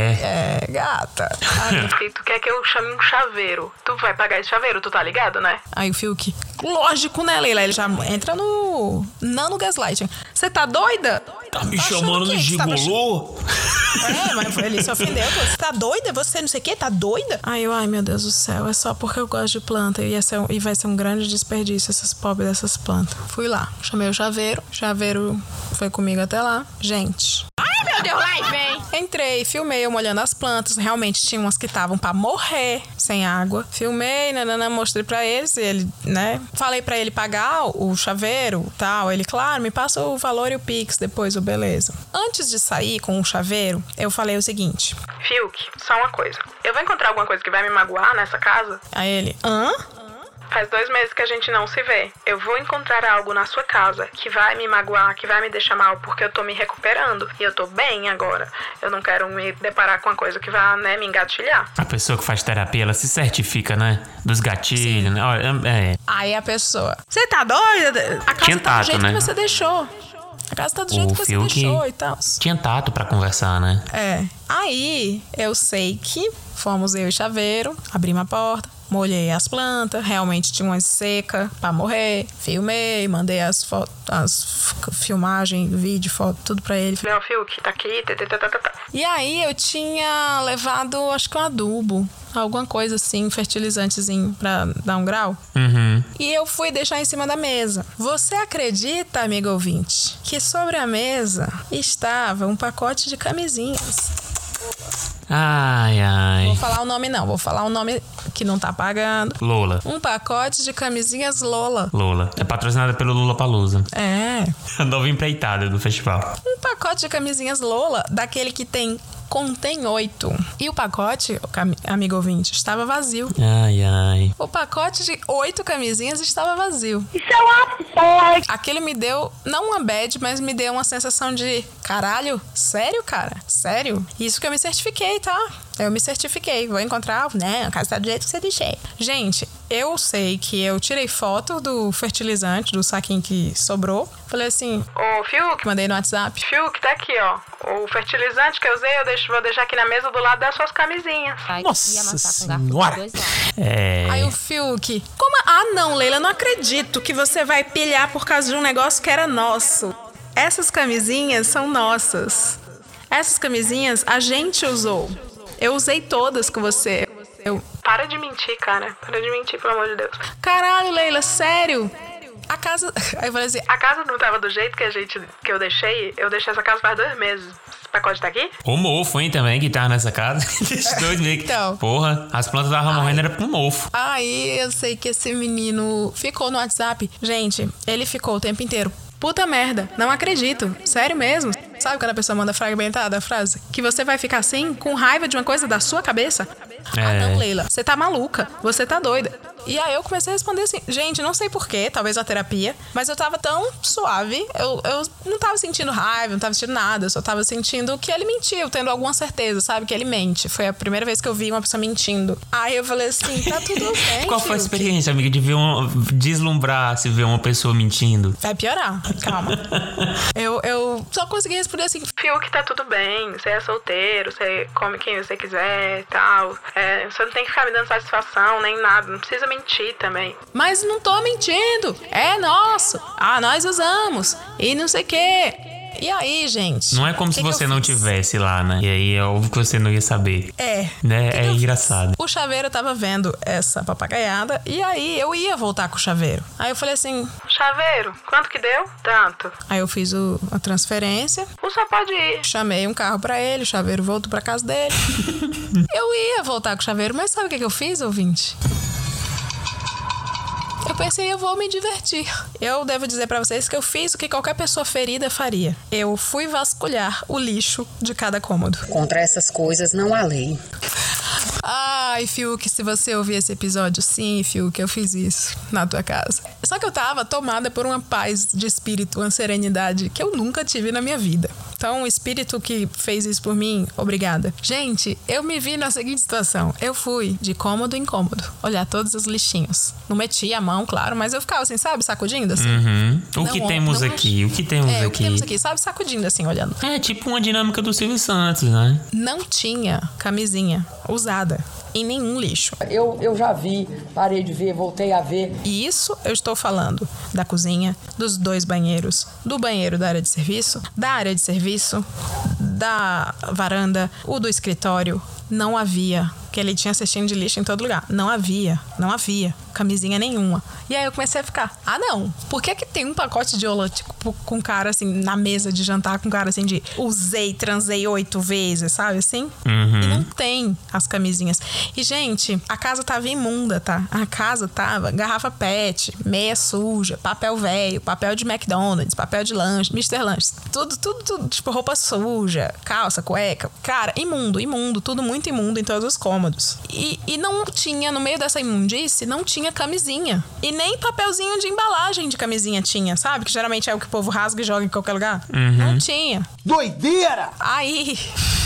Gata. Aí, tu quer que eu chame um chaveiro? Tu vai pagar esse chaveiro, tu tá ligado, né? Aí o Fiuk, lógico, né, Leila? Ele já entra no gaslighting. Você tá doida? Tá me chamando de gigolô? Mas ele se ofendeu. Você tá doida? Você não sei o quê? Tá doida? Aí eu, ai meu Deus do céu, é só porque eu gosto de planta. E vai ser um grande desperdício essas pobres dessas plantas. Fui lá, chamei o chaveiro. O chaveiro foi comigo até lá. Gente. Ai meu Deus, lá vem! Entrei, filmei eu molhando as plantas. Realmente tinha umas que estavam pra morrer sem água. Filmei, mostrei pra eles. E ele, né? Falei pra ele pagar o chaveiro e tal. Ele, claro, me passa o valor e o Pix depois, beleza. Antes de sair com o chaveiro, eu falei o seguinte. Fiuk, só uma coisa. Eu vou encontrar alguma coisa que vai me magoar nessa casa? Aí ele, Faz 2 meses que a gente não se vê. Eu vou encontrar algo na sua casa que vai me magoar, que vai me deixar mal, porque eu tô me recuperando. E eu tô bem agora. Eu não quero me deparar com uma coisa que vai, me engatilhar. A pessoa que faz terapia, ela se certifica, né? Dos gatilhos, né? Olha, Aí a pessoa, você tá doida? A casa tá do jeito que você deixou. A casa tá do jeito que você deixou e tal. Tinha tato pra conversar, né? Aí, eu sei que fomos eu e chaveiro, abrimos a porta, molhei as plantas, realmente tinha umas secas pra morrer, filmei, mandei as fotos, as filmagens, vídeo, foto, tudo pra ele. Falei, Fiuk, tá aqui, E aí eu tinha levado, acho que um adubo, alguma coisa assim, fertilizantezinho pra dar um grau. E eu fui deixar em cima da mesa. Você acredita, amigo ouvinte, que sobre a mesa estava um pacote de camisinhas? Vou falar o nome não, vou falar o nome que não tá pagando. Lola. Um pacote de camisinhas Lola. Lola. É patrocinada pelo Lollapalooza. A nova empreitada do festival. Um pacote de camisinhas Lola, daquele que contém 8. E o pacote, amigo ouvinte, estava vazio. O pacote de 8 camisinhas estava vazio. Isso é uma porra! Aquilo me deu, não uma bad, mas me deu uma sensação de caralho, sério, cara? Sério? Isso que eu me certifiquei, tá? Eu me certifiquei. Vou encontrar, a casa tá do jeito que você deixei. Gente, eu sei que eu tirei foto do fertilizante, do saquinho que sobrou. Falei assim, ô Fiuk, mandei no WhatsApp. Fiuk, tá aqui, ó. O fertilizante que eu usei, vou deixar aqui na mesa do lado das suas camisinhas. Nossa senhora! Aí o Fiuk, não, Leila, não acredito que você vai pilhar por causa de um negócio que era nosso. Essas camisinhas são nossas. Essas camisinhas a gente usou. Eu usei todas com você. Para de mentir, cara. Para de mentir, pelo amor de Deus. Caralho, Leila, sério? A casa... Aí eu falei assim, a casa não tava do jeito que eu deixei. Eu deixei essa casa faz 2 meses. Esse pacote tá aqui? O mofo, hein, também, que tava nessa casa. Esses 2 meses. Então. Porra, as plantas estavam morrendo, era pro mofo. Aí eu sei que esse menino ficou no WhatsApp. Gente, ele ficou o tempo inteiro. Puta merda, não acredito. Sério mesmo? Sabe quando a pessoa manda fragmentada a frase? Que você vai ficar assim, com raiva de uma coisa da sua cabeça? Ah, não, Leila, você tá maluca, você tá doida. E aí eu comecei a responder assim, gente, não sei porquê, talvez a terapia, mas eu tava tão suave, eu não tava sentindo raiva, não tava sentindo nada, eu só tava sentindo que ele mentiu, tendo alguma certeza, sabe, que ele mente. Foi a primeira vez que eu vi uma pessoa mentindo. Aí eu falei assim, tá tudo bem. Qual foi a experiência, amiga, de ver deslumbrar se ver uma pessoa mentindo? Vai piorar, calma. Eu só consegui responder assim, Fiuk, tá tudo bem, você é solteiro, você come quem você quiser e tal. Você não tem que ficar me dando satisfação, nem nada. Não precisa mentir também. Mas não tô mentindo. É nosso. Ah, nós usamos. E não sei o quê. E aí, gente? Não é como se você não tivesse lá, né? E aí é óbvio que você não ia saber. Né? É engraçado. O chaveiro tava vendo essa papagaiada e aí eu ia voltar com o chaveiro. Aí eu falei assim... Chaveiro, quanto que deu? Tanto. Aí eu fiz a transferência. O senhor pode ir. Chamei um carro pra ele, o chaveiro voltou pra casa dele. Eu ia voltar com o chaveiro, mas sabe o que eu fiz, ouvinte? Eu pensei, eu vou me divertir. Eu devo dizer pra vocês que eu fiz o que qualquer pessoa ferida faria. Eu fui vasculhar o lixo de cada cômodo. Contra essas coisas não há lei. Ai, Fiuk, se você ouvir esse episódio, sim, Fiuk, eu fiz isso na tua casa. Só que eu tava tomada por uma paz de espírito, uma serenidade que eu nunca tive na minha vida. Então, o espírito que fez isso por mim, obrigada. Gente, eu me vi na seguinte situação. Eu fui de cômodo em cômodo, olhar todos os lixinhos. Não meti a mão, claro, mas eu ficava assim, sabe, sacudindo assim. Uhum. O que temos aqui? O que temos aqui, sabe, sacudindo assim, olhando. É tipo uma dinâmica do Silvio Santos, né? Não tinha camisinha usada em nenhum lixo. Eu já vi, parei de ver, voltei a ver. E isso eu estou falando da cozinha, dos 2 banheiros, do banheiro da área de serviço, da área de serviço, da varanda, o do escritório. Não havia, que ele tinha cestinho de lixo em todo lugar. Não havia camisinha nenhuma. E aí eu comecei a ficar, não, por que tem um pacote de Ola, tipo, com cara assim, na mesa de jantar, com cara assim de transei 8 vezes, sabe assim? Uhum. E não tem as camisinhas. E, gente, a casa tava imunda, tá? A casa tava garrafa PET, meia suja, papel velho, papel de McDonald's, papel de lanche, Mr. Lanche, tudo, tipo, roupa suja, calça, cueca. Cara, imundo, tudo muito imundo em todos os cômodos. E não tinha, no meio dessa imundice, não tinha camisinha. E nem papelzinho de embalagem de camisinha tinha, sabe? Que geralmente é o que o povo rasga e joga em qualquer lugar. Uhum. Não tinha. Doideira! Aí...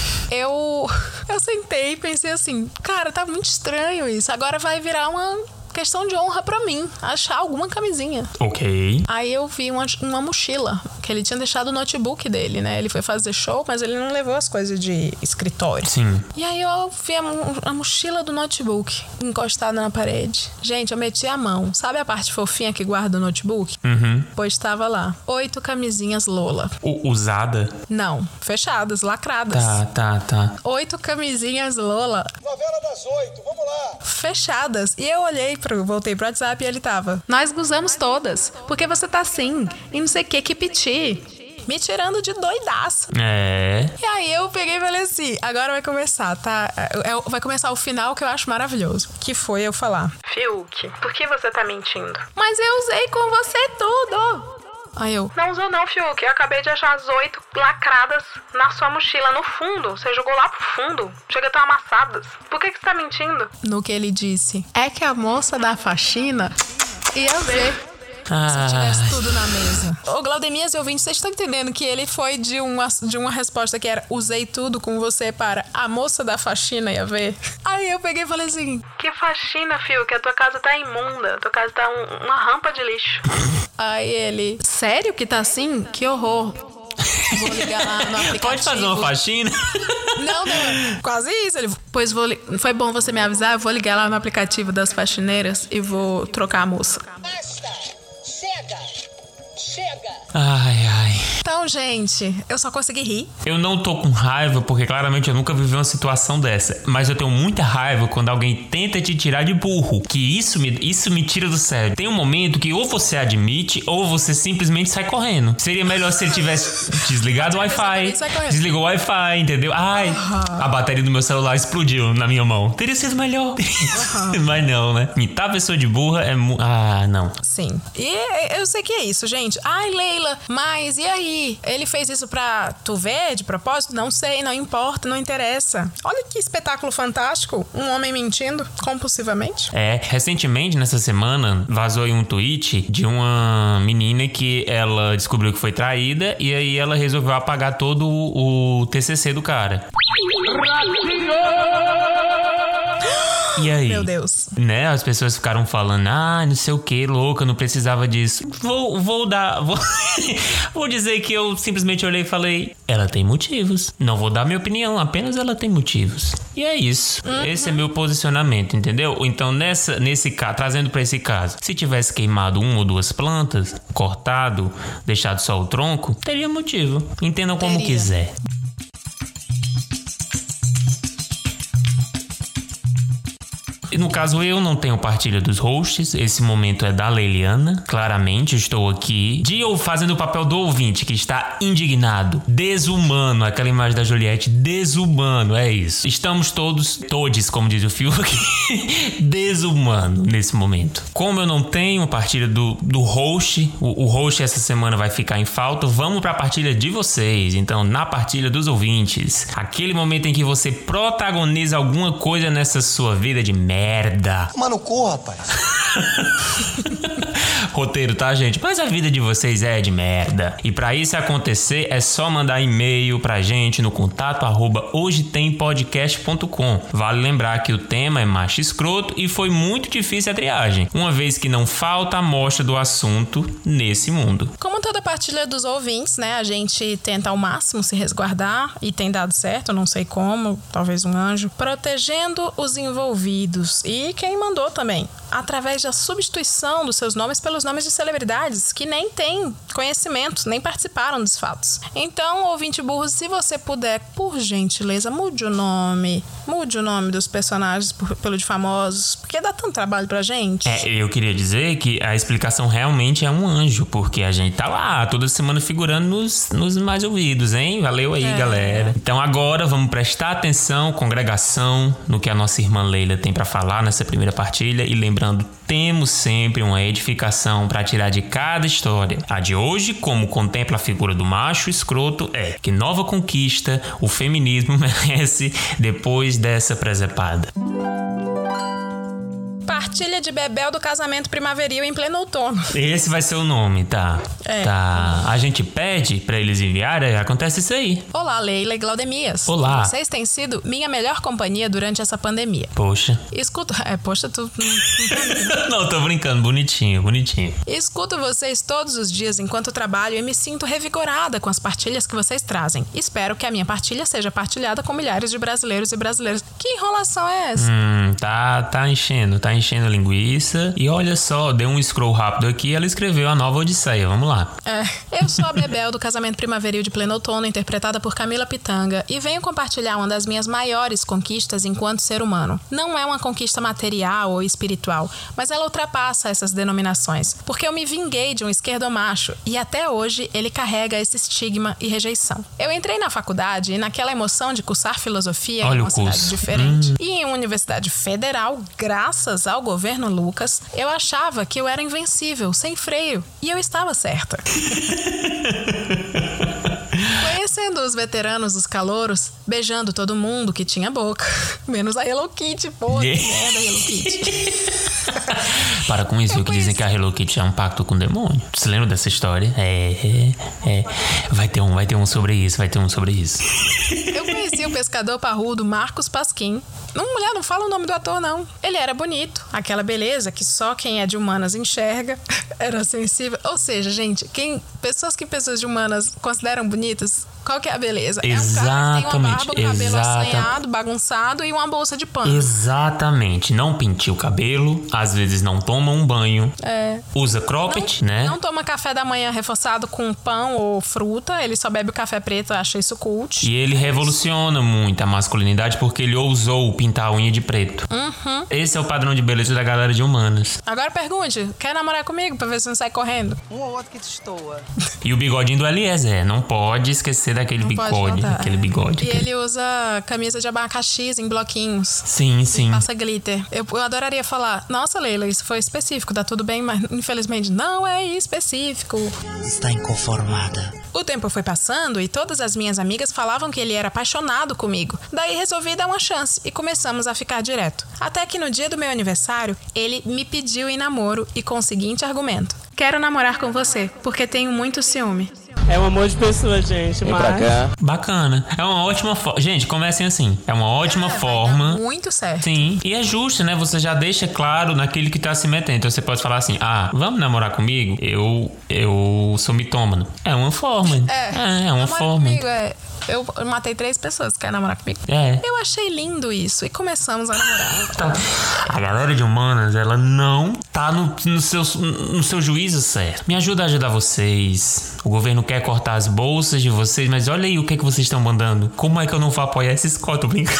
Eu sentei e pensei assim, cara, tá muito estranho isso. Agora vai virar uma questão de honra pra mim, achar alguma camisinha. Ok. Aí eu vi uma mochila, que ele tinha deixado o notebook dele, né? Ele foi fazer show, mas ele não levou as coisas de escritório. Sim. E aí eu vi a mochila do notebook encostada na parede. Gente, eu meti a mão. Sabe a parte fofinha que guarda o notebook? Uhum. Pois estava lá. 8 camisinhas Lola. Usada? Não, fechadas, lacradas. Tá. 8 camisinhas Lola. Novela das 8, vamos lá. Fechadas. E eu voltei pro WhatsApp e ele tava, nós gozamos todas, porque você tá assim, e não sei o que piti. Me tirando de doidaço. E aí eu peguei e falei assim, agora vai começar, tá? Vai começar o final que eu acho maravilhoso. Que foi eu falar, Fiuk, por que você tá mentindo? mas eu usei com você tudo. Aí eu... Não usou não, Fiuk. Eu acabei de achar as 8 lacradas na sua mochila, no fundo. Você jogou lá pro fundo. Chega a estar amassadas. Por que você tá mentindo? No que ele disse, é que a moça da faxina ia ver. Se tivesse tudo na mesa. Ô, Glaudemias e ouvintes, vocês estão entendendo que ele foi de uma resposta que era usei tudo com você para a moça da faxina ia ver? Aí eu peguei e falei assim... Que faxina, Fiuk? A tua casa tá imunda. A tua casa tá uma rampa de lixo. Aí ele... Sério que tá assim? Que horror. Vou ligar lá no aplicativo. Pode fazer uma faxina? Não, quase isso. Ele, pois foi bom você me avisar. Eu vou ligar lá no aplicativo das faxineiras e vou trocar a moça. Basta! Chega! Ai. Então, gente, eu só consegui rir. Eu não tô com raiva porque claramente eu nunca vivi uma situação dessa. Mas eu tenho muita raiva quando alguém tenta te tirar de burro. Que isso me tira do sério. Tem um momento que ou você admite ou você simplesmente sai correndo. Seria melhor se ele tivesse desligado o Wi-Fi. Desligou o Wi-Fi, entendeu? Ai, a bateria do meu celular explodiu na minha mão. Teria sido melhor. Mas não, né? Imitar a pessoa de burra é... não. Sim. E eu sei que é isso, gente. Ai, Leila, mas e aí? Ele fez isso pra tu ver de propósito? Não sei, não importa, não interessa. Olha que espetáculo fantástico. Um homem mentindo compulsivamente. Recentemente, nessa semana, vazou aí um tweet de uma menina que ela descobriu que foi traída e aí ela resolveu apagar todo o TCC do cara. E aí? Meu Deus. Né? As pessoas ficaram falando, não sei o que, louca, não precisava disso. Vou dizer que eu simplesmente olhei e falei, ela tem motivos. Não vou dar minha opinião, apenas ela tem motivos. E é isso. Esse é meu posicionamento, entendeu? Então, nesse caso, trazendo pra esse caso, se tivesse queimado 1 ou 2 plantas, cortado, deixado só o tronco, teria motivo. Entendam como quiser. No caso, eu não tenho partilha dos hosts. Esse momento é da Leiliana. Claramente, estou aqui fazendo o papel do ouvinte que está indignado, desumano. Aquela imagem da Juliette, desumano, é isso. Estamos todos, como diz o Fiuk, desumano nesse momento. Como eu não tenho partilha do host, o host essa semana vai ficar em falta, vamos pra partilha de vocês. Então, na partilha dos ouvintes, aquele momento em que você protagoniza alguma coisa nessa sua vida de merda. Mano, corra, rapaz. Roteiro, tá, gente? Mas a vida de vocês é de merda. E pra isso acontecer, é só mandar e-mail pra gente no contato@hojetempodcast.com. Vale lembrar que o tema é macho escroto e foi muito difícil a triagem, uma vez que não falta amostra do assunto nesse mundo. Como toda partilha dos ouvintes, né? A gente tenta ao máximo se resguardar e tem dado certo, não sei como, talvez um anjo, protegendo os envolvidos e quem mandou também, através da substituição dos seus nomes pelos nomes de celebridades que nem têm conhecimento, nem participaram dos fatos. Então, ouvinte burro, se você puder, por gentileza, mude o nome dos personagens pelo de famosos, porque dá tanto trabalho pra gente. Eu queria dizer que a explicação realmente é um anjo, porque a gente tá lá toda semana figurando nos mais ouvidos, hein? Valeu aí, galera. Então agora vamos prestar atenção, congregação, no que a nossa irmã Leila tem pra falar nessa primeira partilha e lembrando, temos sempre uma edificação para tirar de cada história. A de hoje, como contempla a figura do macho escroto, é que nova conquista o feminismo merece depois dessa presepada. Partilha de Bebel do casamento primaveril em pleno outono. Esse vai ser o nome, tá? Tá. A gente pede pra eles enviarem, acontece isso aí. Olá, Leila e Glaudemias. Olá. Vocês têm sido minha melhor companhia durante essa pandemia. Poxa. Escuto... poxa, tu... Não, tô brincando. Bonitinho. Escuto vocês todos os dias enquanto trabalho e me sinto revigorada com as partilhas que vocês trazem. Espero que a minha partilha seja partilhada com milhares de brasileiros e brasileiras. Que enrolação é essa? Tá enchendo linguiça. E olha só, deu um scroll rápido aqui e ela escreveu a nova Odisseia. Vamos lá. Eu sou a Bebel do casamento primaveril de pleno outono, interpretada por Camila Pitanga, e venho compartilhar uma das minhas maiores conquistas enquanto ser humano. Não é uma conquista material ou espiritual, mas ela ultrapassa essas denominações, porque eu me vinguei de um esquerdomacho e até hoje ele carrega esse estigma e rejeição. Eu entrei na faculdade e naquela emoção de cursar filosofia em uma cidade diferente e em uma universidade federal, graças ao governo Lucas, eu achava que eu era invencível, sem freio, e eu estava certa. Conhecendo os veteranos dos calouros, beijando todo mundo que tinha boca, menos a Hello Kitty, pô, que merda, Hello Kitty. Para com isso, que dizem que a Hello Kitty é um pacto com o demônio. Você lembra dessa história? Vai ter um sobre isso, Eu conheci o pescador parrudo Marcos Pasquim. Mulher, não fala o nome do ator, não. Ele era bonito, aquela beleza que só quem é de humanas enxerga, era sensível. Ou seja, gente, pessoas de humanas consideram bonitas, qual que é beleza. Exatamente. É um cara que tem uma barba, um cabelo assanhado, bagunçado e uma bolsa de pano. Exatamente. Não penteia o cabelo, às vezes não toma um banho. Usa cropped, né? Não toma café da manhã reforçado com pão ou fruta. Ele só bebe o café preto, acha isso cult. E ele revoluciona muito a masculinidade porque ele ousou pintar a unha de preto. Esse é o padrão de beleza da galera de humanas. Agora pergunte, quer namorar comigo pra ver se não sai correndo? Um ou outro que destoa. E o bigodinho do Eliezer, não pode esquecer daquele bigode. E ele usa camisa de abacaxis em bloquinhos. Sim. Passa glitter. Eu adoraria falar, nossa, Leila, isso foi específico, tá tudo bem, mas infelizmente não é específico. Está inconformada. O tempo foi passando e todas as minhas amigas falavam que ele era apaixonado comigo. Daí resolvi dar uma chance e começamos a ficar direto. Até que no dia do meu aniversário, ele me pediu em namoro e com o seguinte argumento: quero namorar com você, porque tenho muito ciúme. É um amor de pessoa, gente. Vem pra cá. Bacana. É uma ótima forma. Gente, comecem assim. É uma ótima forma. Muito certo. Sim. E é justo, né? Você já deixa claro naquele que tá se metendo. Então você pode falar assim: vamos namorar comigo? Eu sou mitômano. É uma forma. É uma forma. Comigo, eu matei 3 pessoas que querem namorar comigo. Eu achei lindo isso e começamos a namorar. A galera de humanas, ela não tá no seu juízo certo. Me ajuda a ajudar vocês. O governo quer cortar as bolsas de vocês, mas olha aí o que vocês estão mandando. Como é que eu não vou apoiar esse escola? Tô brincando.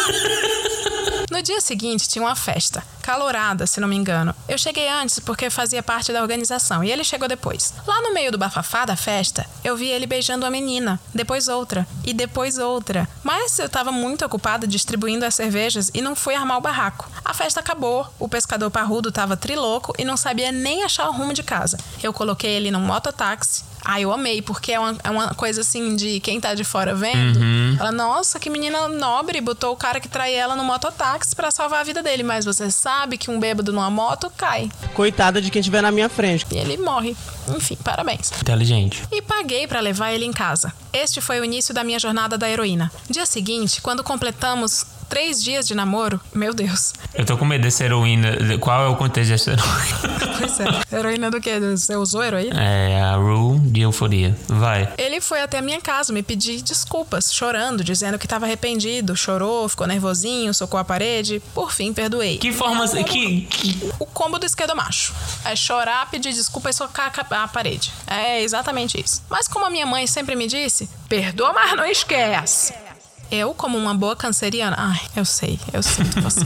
No dia seguinte tinha uma festa, calorada, se não me engano. Eu cheguei antes porque fazia parte da organização e ele chegou depois. Lá no meio do bafafá da festa, eu vi ele beijando uma menina, depois outra e depois outra. Mas eu tava muito ocupada distribuindo as cervejas e não fui armar o barraco. A festa acabou, o pescador parrudo tava triloco e não sabia nem achar o rumo de casa. Eu coloquei ele num mototáxi. Eu amei, porque é uma coisa assim de quem tá de fora vendo. Ela, nossa, que menina nobre, botou o cara que trai ela no mototáxi pra salvar a vida dele. Mas você sabe que um bêbado numa moto cai. Coitada de quem estiver na minha frente. E ele morre. Enfim, parabéns. Inteligente. E paguei pra levar ele em casa. Este foi o início da minha jornada da heroína. Dia seguinte, quando completamos 3 dias de namoro, meu Deus. Eu tô com medo dessa heroína. Qual é o contexto dessa heroína? Pois é. Heroína do quê? Você usou heroína? É a Rue de Euforia. Vai. Ele foi até a minha casa me pedir desculpas, chorando, dizendo que estava arrependido. Chorou, ficou nervosinho, socou a parede. Por fim, perdoei. Que forma... O combo do esquerdomacho. É chorar, pedir desculpa e socar a parede. É exatamente isso. Mas como a minha mãe sempre me disse, perdoa, mas não esquece. Eu, como uma boa canceriana... eu sinto você.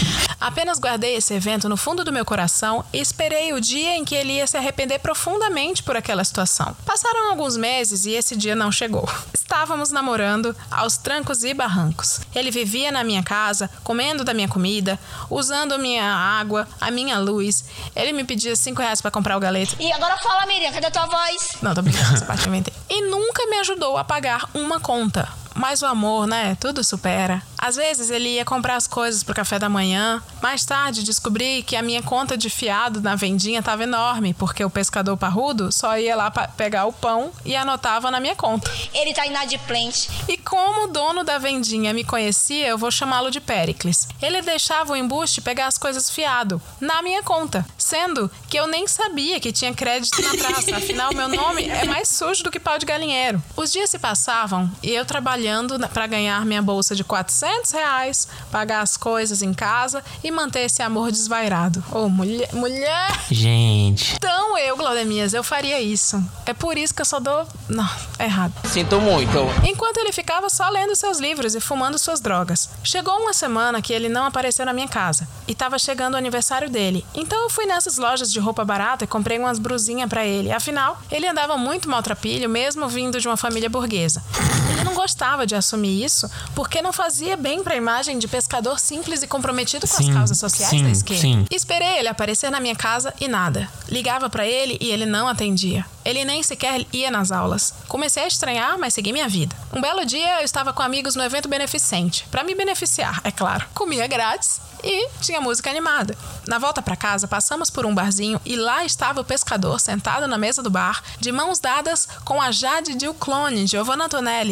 Apenas guardei esse evento no fundo do meu coração e esperei o dia em que ele ia se arrepender profundamente por aquela situação. Passaram alguns meses e esse dia não chegou. Estávamos namorando aos trancos e barrancos. Ele vivia na minha casa, comendo da minha comida, usando a minha água, a minha luz. Ele me pedia R$5 pra comprar o galeto. E agora fala, Miriam, cadê a tua voz? Não, tô brincando, essa parte eu inventei. E nunca me ajudou a pagar uma conta. Mas o amor, né? Tudo supera. Às vezes ele ia comprar as coisas pro café da manhã. Mais tarde descobri que a minha conta de fiado na vendinha estava enorme, porque o pescador parrudo só ia lá pegar o pão e anotava na minha conta. Ele tá inadimplente. E como o dono da vendinha me conhecia, eu vou chamá-lo de Péricles. Ele deixava o embuste pegar as coisas fiado na minha conta, sendo que eu nem sabia que tinha crédito na praça. Afinal, meu nome é mais sujo do que pau de galinheiro. Os dias se passavam e eu trabalhando para ganhar minha bolsa de R$400, pagar as coisas em casa e manter esse amor desvairado. Mulher! Gente. Então Glaudemias, eu faria isso. É por isso que eu só dou... Não, é errado. Sinto muito. Enquanto ele ficava só lendo seus livros e fumando suas drogas. Chegou uma semana que ele não apareceu na minha casa. E tava chegando o aniversário dele. Então eu fui nessas lojas de roupa barata e comprei umas brusinhas pra ele. Afinal, ele andava muito maltrapilho, mesmo vindo de uma família burguesa. Ele não gostava de assumir isso porque não fazia bem pra imagem de pescador simples e comprometido com as causas sociais da esquerda. Esperei ele aparecer na minha casa e nada. Ligava pra ele e ele não atendia. Ele nem sequer ia nas aulas. Comecei a estranhar, mas segui minha vida. Um belo dia eu estava com amigos no evento beneficente. Pra me beneficiar, é claro. Comia grátis e tinha música animada. Na volta pra casa, passamos por um barzinho e lá estava o pescador sentado na mesa do bar, de mãos dadas com a Jade Dilclone, Giovanna Antonelli.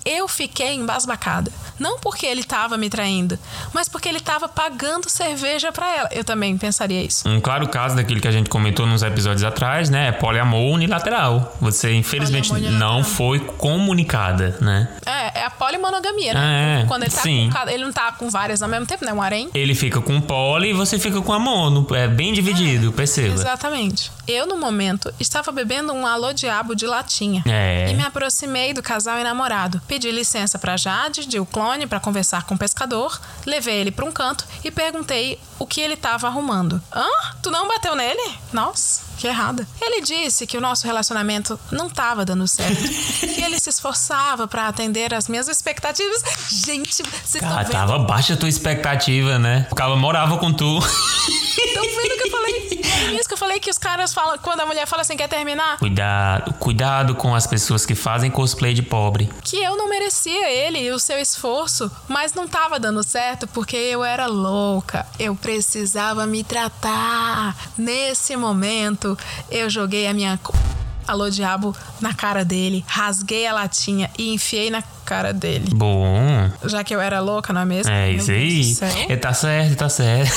eu fiquei embasbacada. Não porque ele tava me traindo, mas porque ele tava pagando cerveja pra ela. Eu também pensaria isso. Um claro caso daquilo que a gente comentou nos episódios atrás, né? É poliamor unilateral. Você, infelizmente, não foi comunicada, né? É a polimonogamia, né? Quando ele tá com... Ele não tá com várias ao mesmo tempo, né? Um harém. Ele fica com poli e você fica com a mono. É bem dividido, perceba. Exatamente. Eu, no momento, estava bebendo um alô diabo de latinha. E me aproximei do casal e namorado. Pedi licença pra Jade, de o clone, pra conversar com o pescador. Levei ele pra um canto e perguntei o que ele tava arrumando. Tu não bateu nele? Nossa, que errada. Ele disse que o nosso relacionamento não tava dando certo. E ele se esforçava pra atender as minhas expectativas. Gente, vocês estão vendo? Tava baixa a tua expectativa, né? O cara morava com tu. Estão vendo o que eu falei? É isso que eu falei, que os caras falam, quando a mulher fala assim, quer terminar? Cuidado com as pessoas que fazem cosplay de pobre. Que eu não merecia ele e o seu esforço, mas não tava dando certo porque eu era louca. Eu precisava me tratar. Nesse momento, eu joguei a minha... alô diabo na cara dele, rasguei a latinha e enfiei na cara dele. Bom. Já que eu era louca, não é mesmo? É isso aí. Tá certo.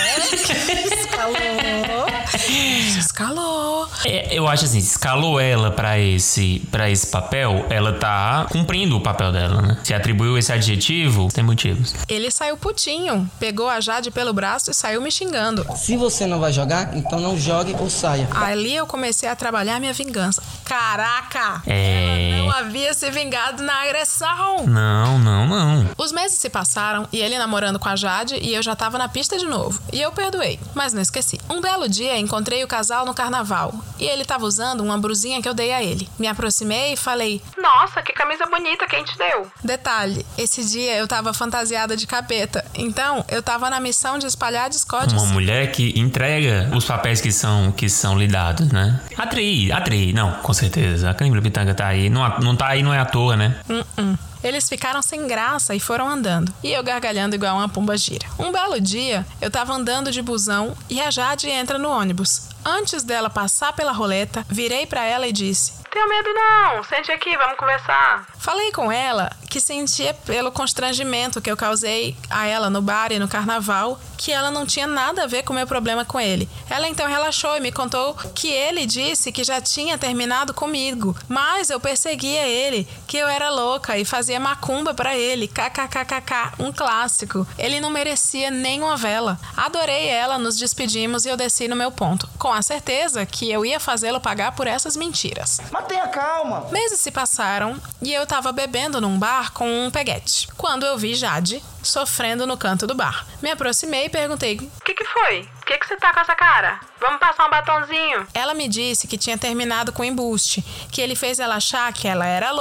Escalou. Eu acho assim, escalou ela pra esse papel, ela tá cumprindo o papel dela, né? Se atribuiu esse adjetivo, tem motivos. Ele saiu putinho, pegou a Jade pelo braço e saiu me xingando. Se você não vai jogar, então não jogue ou saia. Ali eu comecei a trabalhar minha vingança. Caraca! Ela não havia se vingado na agressão. Não. Os meses se passaram e ele namorando com a Jade e eu já tava na pista de novo. E eu perdoei, mas não esqueci. Um belo dia encontrei o casal no carnaval e ele tava usando uma brusinha que eu dei a ele. Me aproximei e falei: nossa, que camisa bonita, quem te deu? Detalhe, esse dia eu tava fantasiada de capeta. Então, eu tava na missão de espalhar discórdia. Uma mulher que entrega os papéis que são lhe dados, né? Atrair. Não, com certeza. A Camila Pitanga tá aí. Não tá aí, não é à toa, né? Eles ficaram sem graça e foram andando. E eu gargalhando igual uma pomba gira. Um belo dia, eu tava andando de busão e a Jade entra no ônibus. Antes dela passar pela roleta, virei pra ela e disse: tenho medo não, sente aqui, vamos conversar. Falei com ela que sentia pelo constrangimento que eu causei a ela no bar e no carnaval, que ela não tinha nada a ver com o meu problema com ele. Ela então relaxou e me contou que ele disse que já tinha terminado comigo, mas eu perseguia ele, que eu era louca e fazia macumba pra ele, kkkk, um clássico. Ele não merecia nem uma vela. Adorei ela, nos despedimos e eu desci no meu ponto, com a certeza que eu ia fazê-lo pagar por essas mentiras. Mas tenha calma. Meses se passaram e eu tava bebendo num bar com um peguete, quando eu vi Jade sofrendo no canto do bar. Me aproximei e perguntei: o que foi? Por que você tá com essa cara? Vamos passar um batonzinho. Ela me disse que tinha terminado com o embuste, que ele fez ela achar que ela era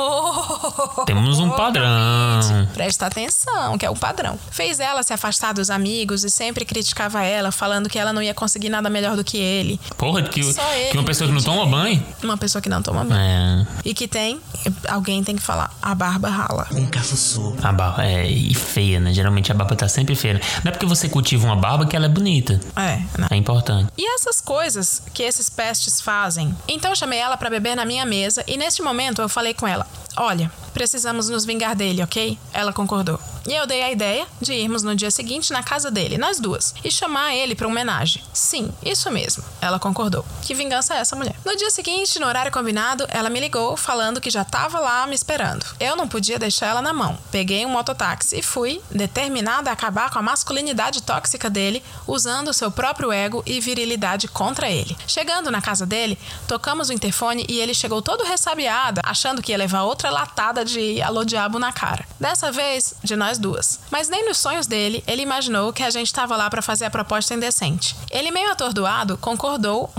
louca. Temos um padrão. Presta atenção, que é o padrão. Fez ela se afastar dos amigos e sempre criticava ela, falando que ela não ia conseguir nada melhor do que ele. Porra, que uma pessoa que não toma banho? Uma pessoa que não toma banho. E que alguém tem que falar, a barba rala. Um cafuçu. A barba e feia, né? Geralmente a barba tá sempre feia. Não é porque você cultiva uma barba que ela é bonita. É importante. E essas coisas que esses pestes fazem. Então eu chamei ela pra beber na minha mesa e neste momento eu falei com ela: olha, precisamos nos vingar dele, ok? Ela concordou. E eu dei a ideia de irmos no dia seguinte na casa dele, nós duas, e chamar ele pra homenagem. Sim, isso mesmo. Ela concordou. Que vingança é essa, mulher? No dia seguinte, no horário combinado, ela me ligou falando que já tava lá me esperando. Eu não podia deixar ela na mão. Peguei um mototáxi e fui, determinada a acabar com a masculinidade tóxica dele, usando o seu próprio ego e virilidade contra ele. Chegando na casa dele, tocamos o interfone e ele chegou todo ressabiado, achando que ia levar outra latada de alô diabo na cara. Dessa vez, de nós duas. Mas nem nos sonhos dele, ele imaginou que a gente tava lá pra fazer a proposta indecente. Ele, meio atordoado, concordou,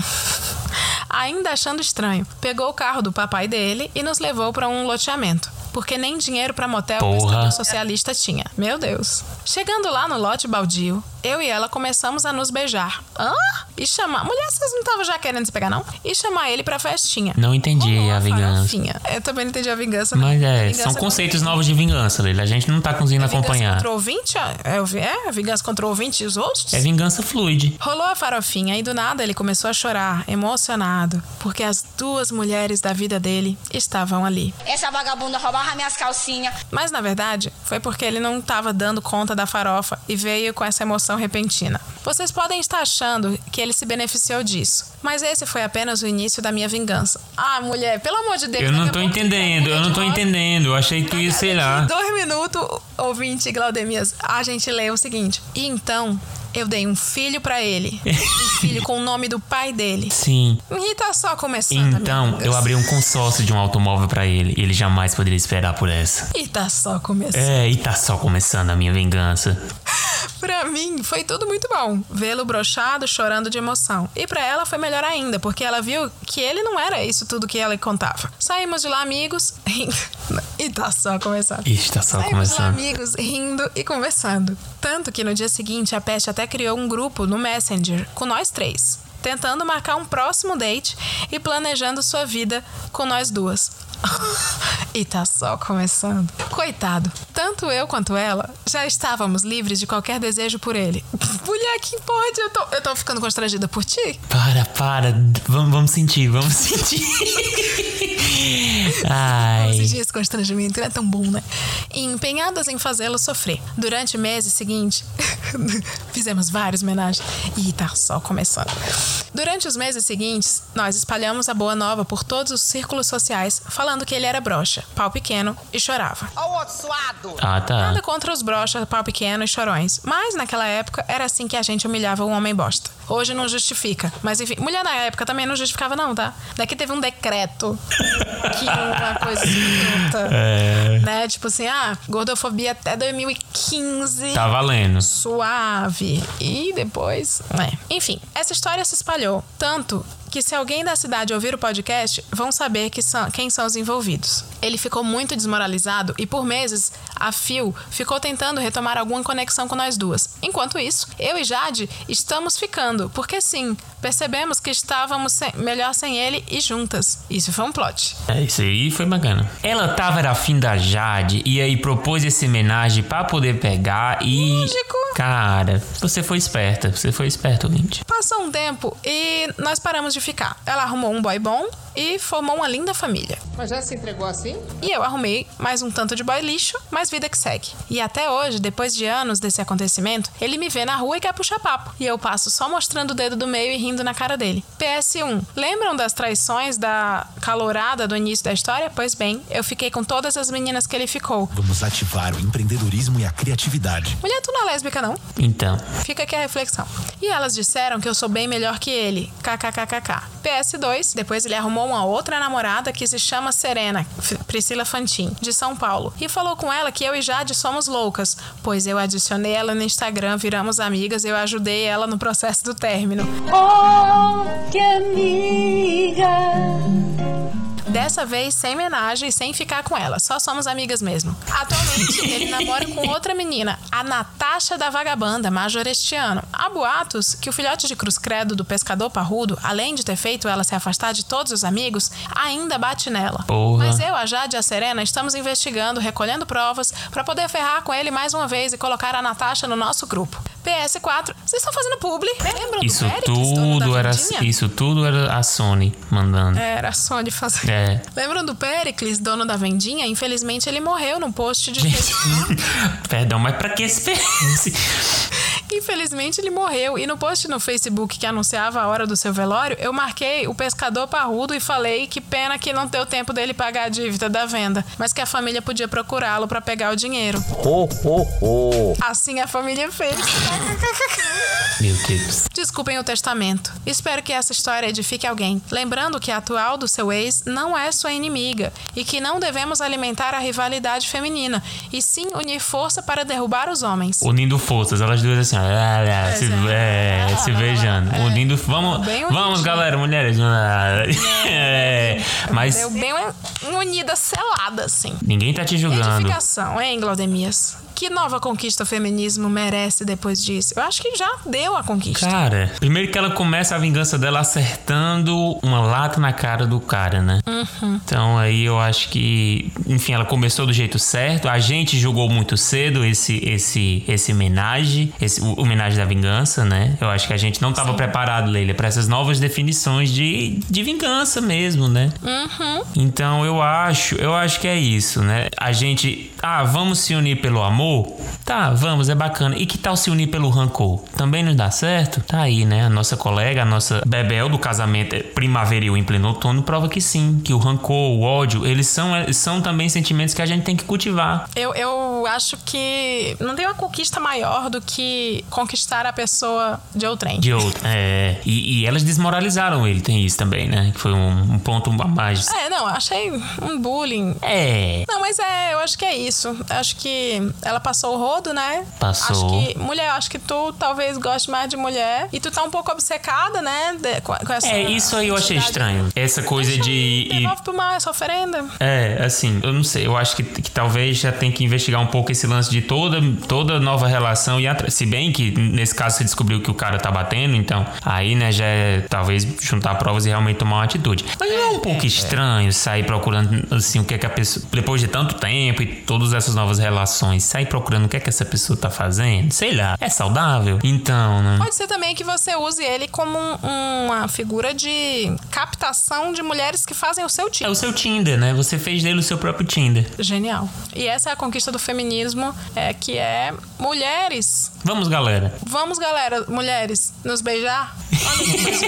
ainda achando estranho. Pegou o carro do papai dele e nos levou pra um loteamento, porque nem dinheiro pra motel o Estado Socialista tinha. Meu Deus. Chegando lá no lote baldio, eu e ela começamos a nos beijar. Hã? E chamar... Mulher, vocês não estavam já querendo se pegar, não? E chamar ele pra festinha. Não entendi a vingança. Farofinha. Eu também não entendi a vingança. Mas vingança são conceitos novos de vingança, Leila. A gente não tá conseguindo acompanhar. Contra o ouvinte? A vingança contra o ouvinte e os outros? É vingança fluide. Rolou a farofinha e do nada ele começou a chorar, emocionado, porque as duas mulheres da vida dele estavam ali. Essa vagabunda roubava minhas calcinhas. Mas na verdade, foi porque ele não estava dando conta da farofa e veio com essa emoção repentina. Vocês podem estar achando que ele se beneficiou disso, mas esse foi apenas o início da minha vingança. Ah, mulher, pelo amor de Deus. Eu não tô entendendo, eu achei que ia, sei lá. 2 minutos, ouvinte Glaudemias, a gente lê o seguinte. E então, eu dei um filho pra ele. Um filho com o nome do pai dele. Sim. E tá só começando. Então, eu abri um consórcio de um automóvel pra ele. E ele jamais poderia esperar por essa. E tá só começando. E tá só começando a minha vingança. Pra mim, foi tudo muito bom. Vê-lo broxado, chorando de emoção. E pra ela foi melhor ainda, porque ela viu que ele não era isso tudo que ela contava. Saímos de lá amigos, rindo. E tá só começando. Tá só Saímos começando. de lá amigos, rindo e conversando. Tanto que no dia seguinte, a Peste até criou um grupo no Messenger, com nós 3. Tentando marcar um próximo date e planejando sua vida com nós 2. E tá só começando. Coitado, tanto eu quanto ela já estávamos livres de qualquer desejo por ele. Mulher, que pode? Eu tô ficando constrangida por ti? Para. Vamos sentir. Ai. Vamos sentir esse constrangimento, não é tão bom, né? E empenhadas em fazê-lo sofrer. Durante o mês seguinte, fizemos várias homenagens. E tá só começando. Durante os meses seguintes, nós espalhamos a boa nova por todos os círculos sociais, falando que ele era broxa, pau pequeno e chorava. Ó o outro suado! Ah, tá. Nada contra os broxas, pau pequeno e chorões, mas naquela época era assim que a gente humilhava o homem bosta. Hoje não justifica, mas enfim, mulher na época também não justificava não, tá? Daqui teve um decreto que uma coisa escrota, né? Tipo assim, gordofobia até 2015. Tá valendo. Suave. E depois, Enfim, essa história se espalhou tanto que se alguém da cidade ouvir o podcast, vão saber quem são os envolvidos. Ele ficou muito desmoralizado e por meses, a fio ficou tentando retomar alguma conexão com nós 2. Enquanto isso, eu e Jade estamos ficando, porque sim, percebemos que estávamos melhor sem ele e juntas. Isso foi um plot. Isso aí foi bacana. Ela tava afim da Jade e aí propôs esse homenagem pra poder pegar e... Lógico. Cara, você foi esperta, ouvinte. Passou um tempo e nós paramos de ficar. Ela arrumou um boy bom e formou uma linda família. Mas já se entregou assim? E eu arrumei mais um tanto de boy lixo, mas vida que segue. E até hoje, depois de anos desse acontecimento, ele me vê na rua e quer puxar papo. E eu passo só mostrando o dedo do meio e rindo na cara dele. PS1. Lembram das traições da calourada do início da história? Pois bem, eu fiquei com todas as meninas que ele ficou. Vamos ativar o empreendedorismo e a criatividade. Mulher, tu não é lésbica, não? Então. Fica aqui a reflexão. E elas disseram que eu sou bem melhor que ele. KKKKK. PS2. Depois ele arrumou uma outra namorada que se chama Serena, Priscila Fantin, de São Paulo. E falou com ela que eu e Jade somos loucas, pois eu adicionei ela no Instagram, viramos amigas e eu ajudei ela no processo do término. Oh, que amiga! Dessa vez sem homenagem e sem ficar com ela, só somos amigas mesmo. Atualmente, ele namora com outra menina, a Natasha da Vagabanda, major este ano. Há boatos que o filhote de cruz credo do pescador parrudo, além de ter feito ela se afastar de todos os amigos, ainda bate nela. Porra. Mas eu, a Jade e a Serena estamos investigando, recolhendo provas, pra poder ferrar com ele mais uma vez e colocar a Natasha no nosso grupo. PS4, vocês estão fazendo publi? Lembram Isso do Pericles, isso tudo era a Sony mandando. Era a Sony fazendo. Lembram do Pericles, dono da vendinha? Infelizmente ele morreu no post de Facebook. Perdão, mas pra que esse Infelizmente ele morreu. E no post no Facebook que anunciava a hora do seu velório, eu marquei o pescador parrudo e falei que pena que não deu tempo dele pagar a dívida da venda, mas que a família podia procurá-lo pra pegar o dinheiro. Assim a família fez. Meu Deus. Desculpem o testamento. Espero que essa história edifique alguém. Lembrando que a atual do seu ex não é sua inimiga e que não devemos alimentar a rivalidade feminina, e sim unir força para derrubar os homens. Unindo forças, elas duas assim, se beijando. Unindo. Vamos, galera, mulheres. Mas. Deu bem unida, selada, assim. Ninguém tá te julgando. Edificação, hein, Glaudemias? Que nova conquista o feminismo merece depois disso? Eu acho que já deu a conquista. Cara, primeiro que ela começa a vingança dela acertando uma lata na cara do cara, né? Uhum. Então aí eu acho que, enfim, ela começou do jeito certo. A gente julgou muito cedo esse homenagem, o homenagem da vingança, né? Eu acho que a gente não estava preparado, Leila, para essas novas definições de vingança mesmo, né? Uhum. Então eu acho que é isso, né? A gente, vamos se unir pelo amor? Tá, vamos, é bacana. E que tal se unir pelo rancor? Também não dá certo? Tá aí, né? A nossa colega, a nossa Bebel do casamento primaveril em pleno outono prova que sim, que o rancor, o ódio, eles são também sentimentos que a gente tem que cultivar. Eu acho que não tem uma conquista maior do que conquistar a pessoa de outrem. E elas desmoralizaram ele, tem isso também, né? Que foi um ponto a mais. Não, achei um bullying. Não, mas eu acho que é isso. Acho que ela passou o rodo, né? Passou. Acho que tu talvez goste mais de mulher. E tu tá um pouco obcecada, né? Com essa isso aí eu achei estranho. Essa coisa de... Devolve pro mar essa oferenda. Assim, eu não sei. Eu acho que talvez já tem que investigar um pouco esse lance de toda nova relação. Se bem que, nesse caso, você descobriu que o cara tá batendo, então... Aí, né, já é talvez juntar provas e realmente tomar uma atitude. Mas não é um pouco estranho sair procurando, assim, o que é que a pessoa... Depois de tanto tempo e todas essas novas relações, sair procurando o que é que essa pessoa tá fazendo? Sei lá. É saudável? Então, né? Pode ser também que você use ele como uma figura de captação de mulheres que fazem o seu Tinder. É o seu Tinder, né? Você fez dele o seu próprio Tinder. Genial. E essa é a conquista do feminismo, que é mulheres. Vamos, galera. Vamos, galera. Mulheres, nos beijar? Olha que coisa.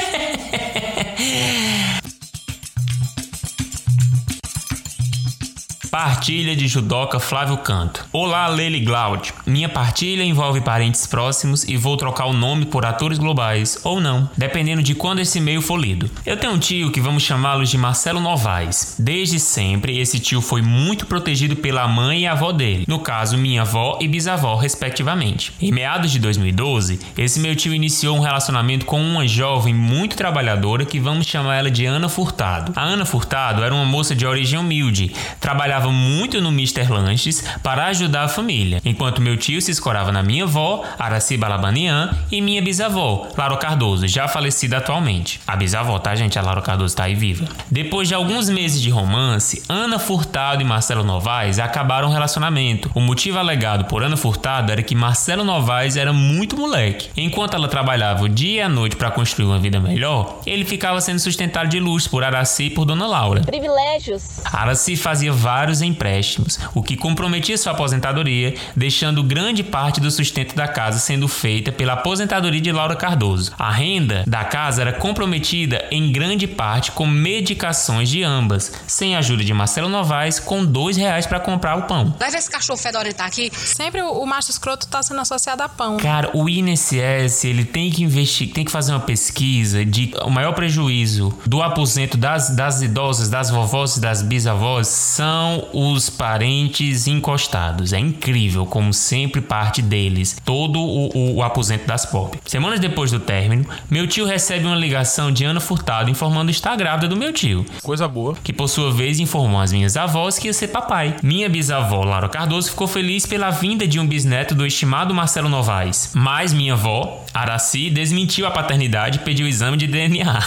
Partilha de judoca Flávio Canto. Olá, Leila e Glaude. Minha partilha envolve parentes próximos e vou trocar o nome por atores globais, ou não, dependendo de quando esse e-mail for lido. Eu tenho um tio que vamos chamá-lo de Marcelo Novaes. Desde sempre, esse tio foi muito protegido pela mãe e avó dele, no caso, minha avó e bisavó, respectivamente. Em meados de 2012, esse meu tio iniciou um relacionamento com uma jovem muito trabalhadora que vamos chamar ela de Ana Furtado. A Ana Furtado era uma moça de origem humilde, trabalhava muito no Mr. Lanches para ajudar a família, enquanto meu tio se escorava na minha avó, Araci Balabanian, e minha bisavó, Laura Cardoso, já falecida atualmente. A bisavó, tá, gente? A Laura Cardoso tá aí viva. Depois de alguns meses de romance, Ana Furtado e Marcelo Novaes acabaram o relacionamento. O motivo alegado por Ana Furtado era que Marcelo Novaes era muito moleque. Enquanto ela trabalhava o dia e a noite para construir uma vida melhor, ele ficava sendo sustentado de luxo por Araci e por Dona Laura. Privilégios. Araci fazia vários empréstimos, o que comprometia sua aposentadoria, deixando grande parte do sustento da casa sendo feita pela aposentadoria de Laura Cardoso. A renda da casa era comprometida em grande parte com medicações de ambas, sem a ajuda de Marcelo Novaes, com R$2 para comprar o pão. Leva esse cachorro fedorento aqui. Sempre o macho escroto tá sendo associado a pão. Cara, o INSS, ele tem que investir, tem que fazer uma pesquisa de o maior prejuízo do aposento das idosas, das vovós e das bisavós são os parentes encostados. É incrível como sempre parte deles todo o aposento das pobres. Semanas depois do término, meu tio recebe uma ligação de Ana Furtado informando estar grávida do meu tio. Coisa boa. Que por sua vez informou as minhas avós que ia ser papai. Minha bisavó, Laura Cardoso, ficou feliz pela vinda de um bisneto do estimado Marcelo Novaes. Mas minha avó, Araci, desmentiu a paternidade e pediu o exame de DNA.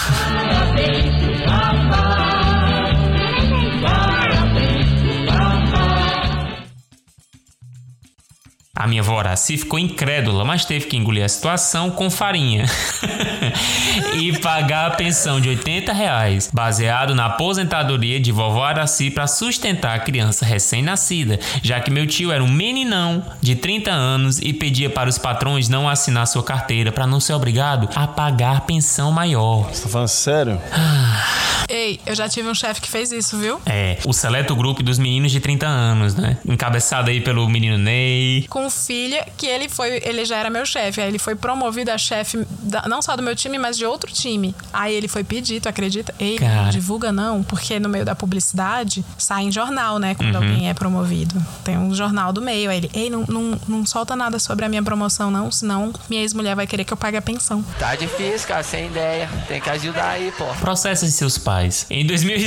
A minha avó Araci ficou incrédula, mas teve que engolir a situação com farinha e pagar a pensão de R$80, baseado na aposentadoria de vovó Araci para sustentar a criança recém-nascida, já que meu tio era um meninão de 30 anos e pedia para os patrões não assinar sua carteira para não ser obrigado a pagar pensão maior. Você tá falando sério? Ei, Ei, eu já tive um chefe que fez isso, viu? O seleto grupo dos meninos de 30 anos, né? Encabeçado aí pelo menino Ney. Com filha, que ele já era meu chefe. Aí ele foi promovido a chefe, não só do meu time, mas de outro time. Aí ele foi pedir, tu acredita? Ei, não divulga não, porque no meio da publicidade sai em jornal, né? Quando alguém é promovido. Tem um jornal do meio. Aí ele, ei, não solta nada sobre a minha promoção não, senão minha ex-mulher vai querer que eu pague a pensão. Tá difícil, cara, sem ideia. Tem que ajudar aí, pô. Processa de seus pais. Em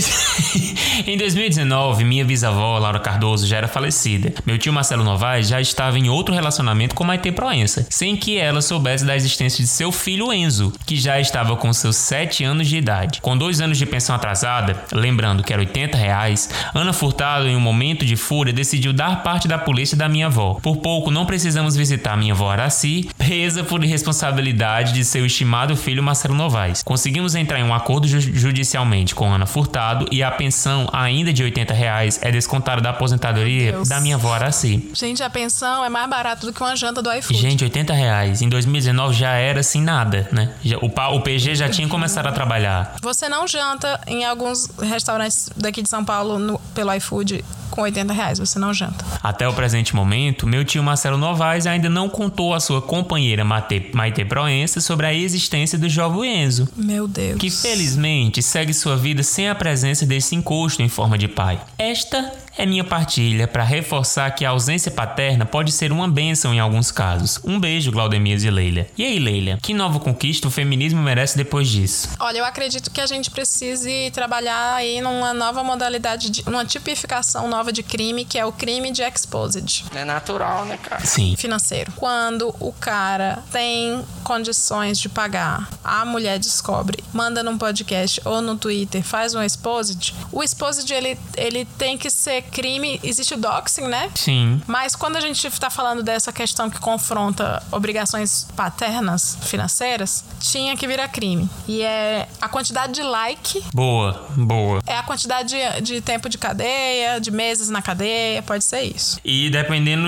2019, minha bisavó, Laura Cardoso, já era falecida. Meu tio Marcelo Novaes já estava em outro relacionamento com Maitê Proença, sem que ela soubesse da existência de seu filho Enzo, que já estava com seus 7 anos de idade. Com 2 anos de pensão atrasada, lembrando que era R$80, Ana Furtado, em um momento de fúria, decidiu dar parte da polícia da minha avó. Por pouco não precisamos visitar minha avó Araci, presa por irresponsabilidade de seu estimado filho Marcelo Novaes. Conseguimos entrar em um acordo judicialmente com Ana Furtado e a pensão, ainda de R$80, é descontada da aposentadoria da minha avó Araci. Gente, a pensão é mais barata do que uma janta do iFood. Gente, R$80. Em 2019 já era assim nada, né? O PG já tinha começado a trabalhar. Você não janta em alguns restaurantes daqui de São Paulo pelo iFood com R$80, você não janta. Até o presente momento, meu tio Marcelo Novaes ainda não contou à sua companheira Maitê Proença sobre a existência do jovem Enzo. Meu Deus. Que felizmente segue sua vida sem a presença desse encosto em forma de pai. Esta é minha partilha para reforçar que a ausência paterna pode ser uma bênção em alguns casos. Um beijo, Glaudemias e Leila. E aí, Leila, que nova conquista o feminismo merece depois disso? Olha, eu acredito que a gente precise trabalhar aí numa nova modalidade, uma tipificação nova de crime, que é o crime de exposed. É natural, né, cara? Sim. Financeiro. Quando o cara tem condições de pagar, a mulher descobre, manda num podcast ou no Twitter, faz um exposed, o exposed ele tem que ser crime. Existe o doxing, né? Sim. Mas quando a gente tá falando dessa questão que confronta obrigações paternas financeiras, tinha que virar crime. E é a quantidade de like. Boa. É a quantidade de tempo de cadeia, de meses na cadeia, pode ser isso. E dependendo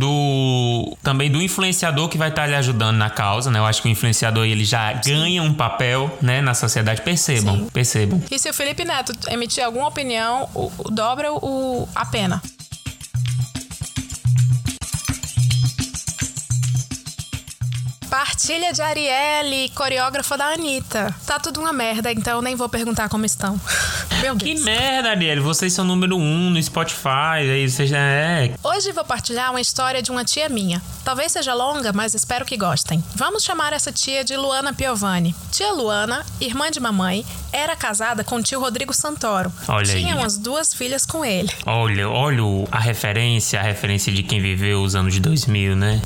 também do influenciador que vai estar lhe ajudando na causa, né? Eu acho que o influenciador ele já ganha um papel, né, na sociedade. Percebam. E se o Felipe Neto emitir alguma opinião, dobra a pena. Partilha de Arielle, coreógrafa da Anitta. Tá tudo uma merda, então nem vou perguntar como estão. Meu Deus. Que merda, Arielle. Vocês são número 1 no Spotify. Aí você já é... Hoje vou partilhar uma história de uma tia minha. Talvez seja longa, mas espero que gostem. Vamos chamar essa tia de Luana Piovani. Tia Luana, irmã de mamãe, era casada com o tio Rodrigo Santoro. Olha Tinha aí. umas 2 filhas com ele. Olha a referência de quem viveu os anos de 2000, né?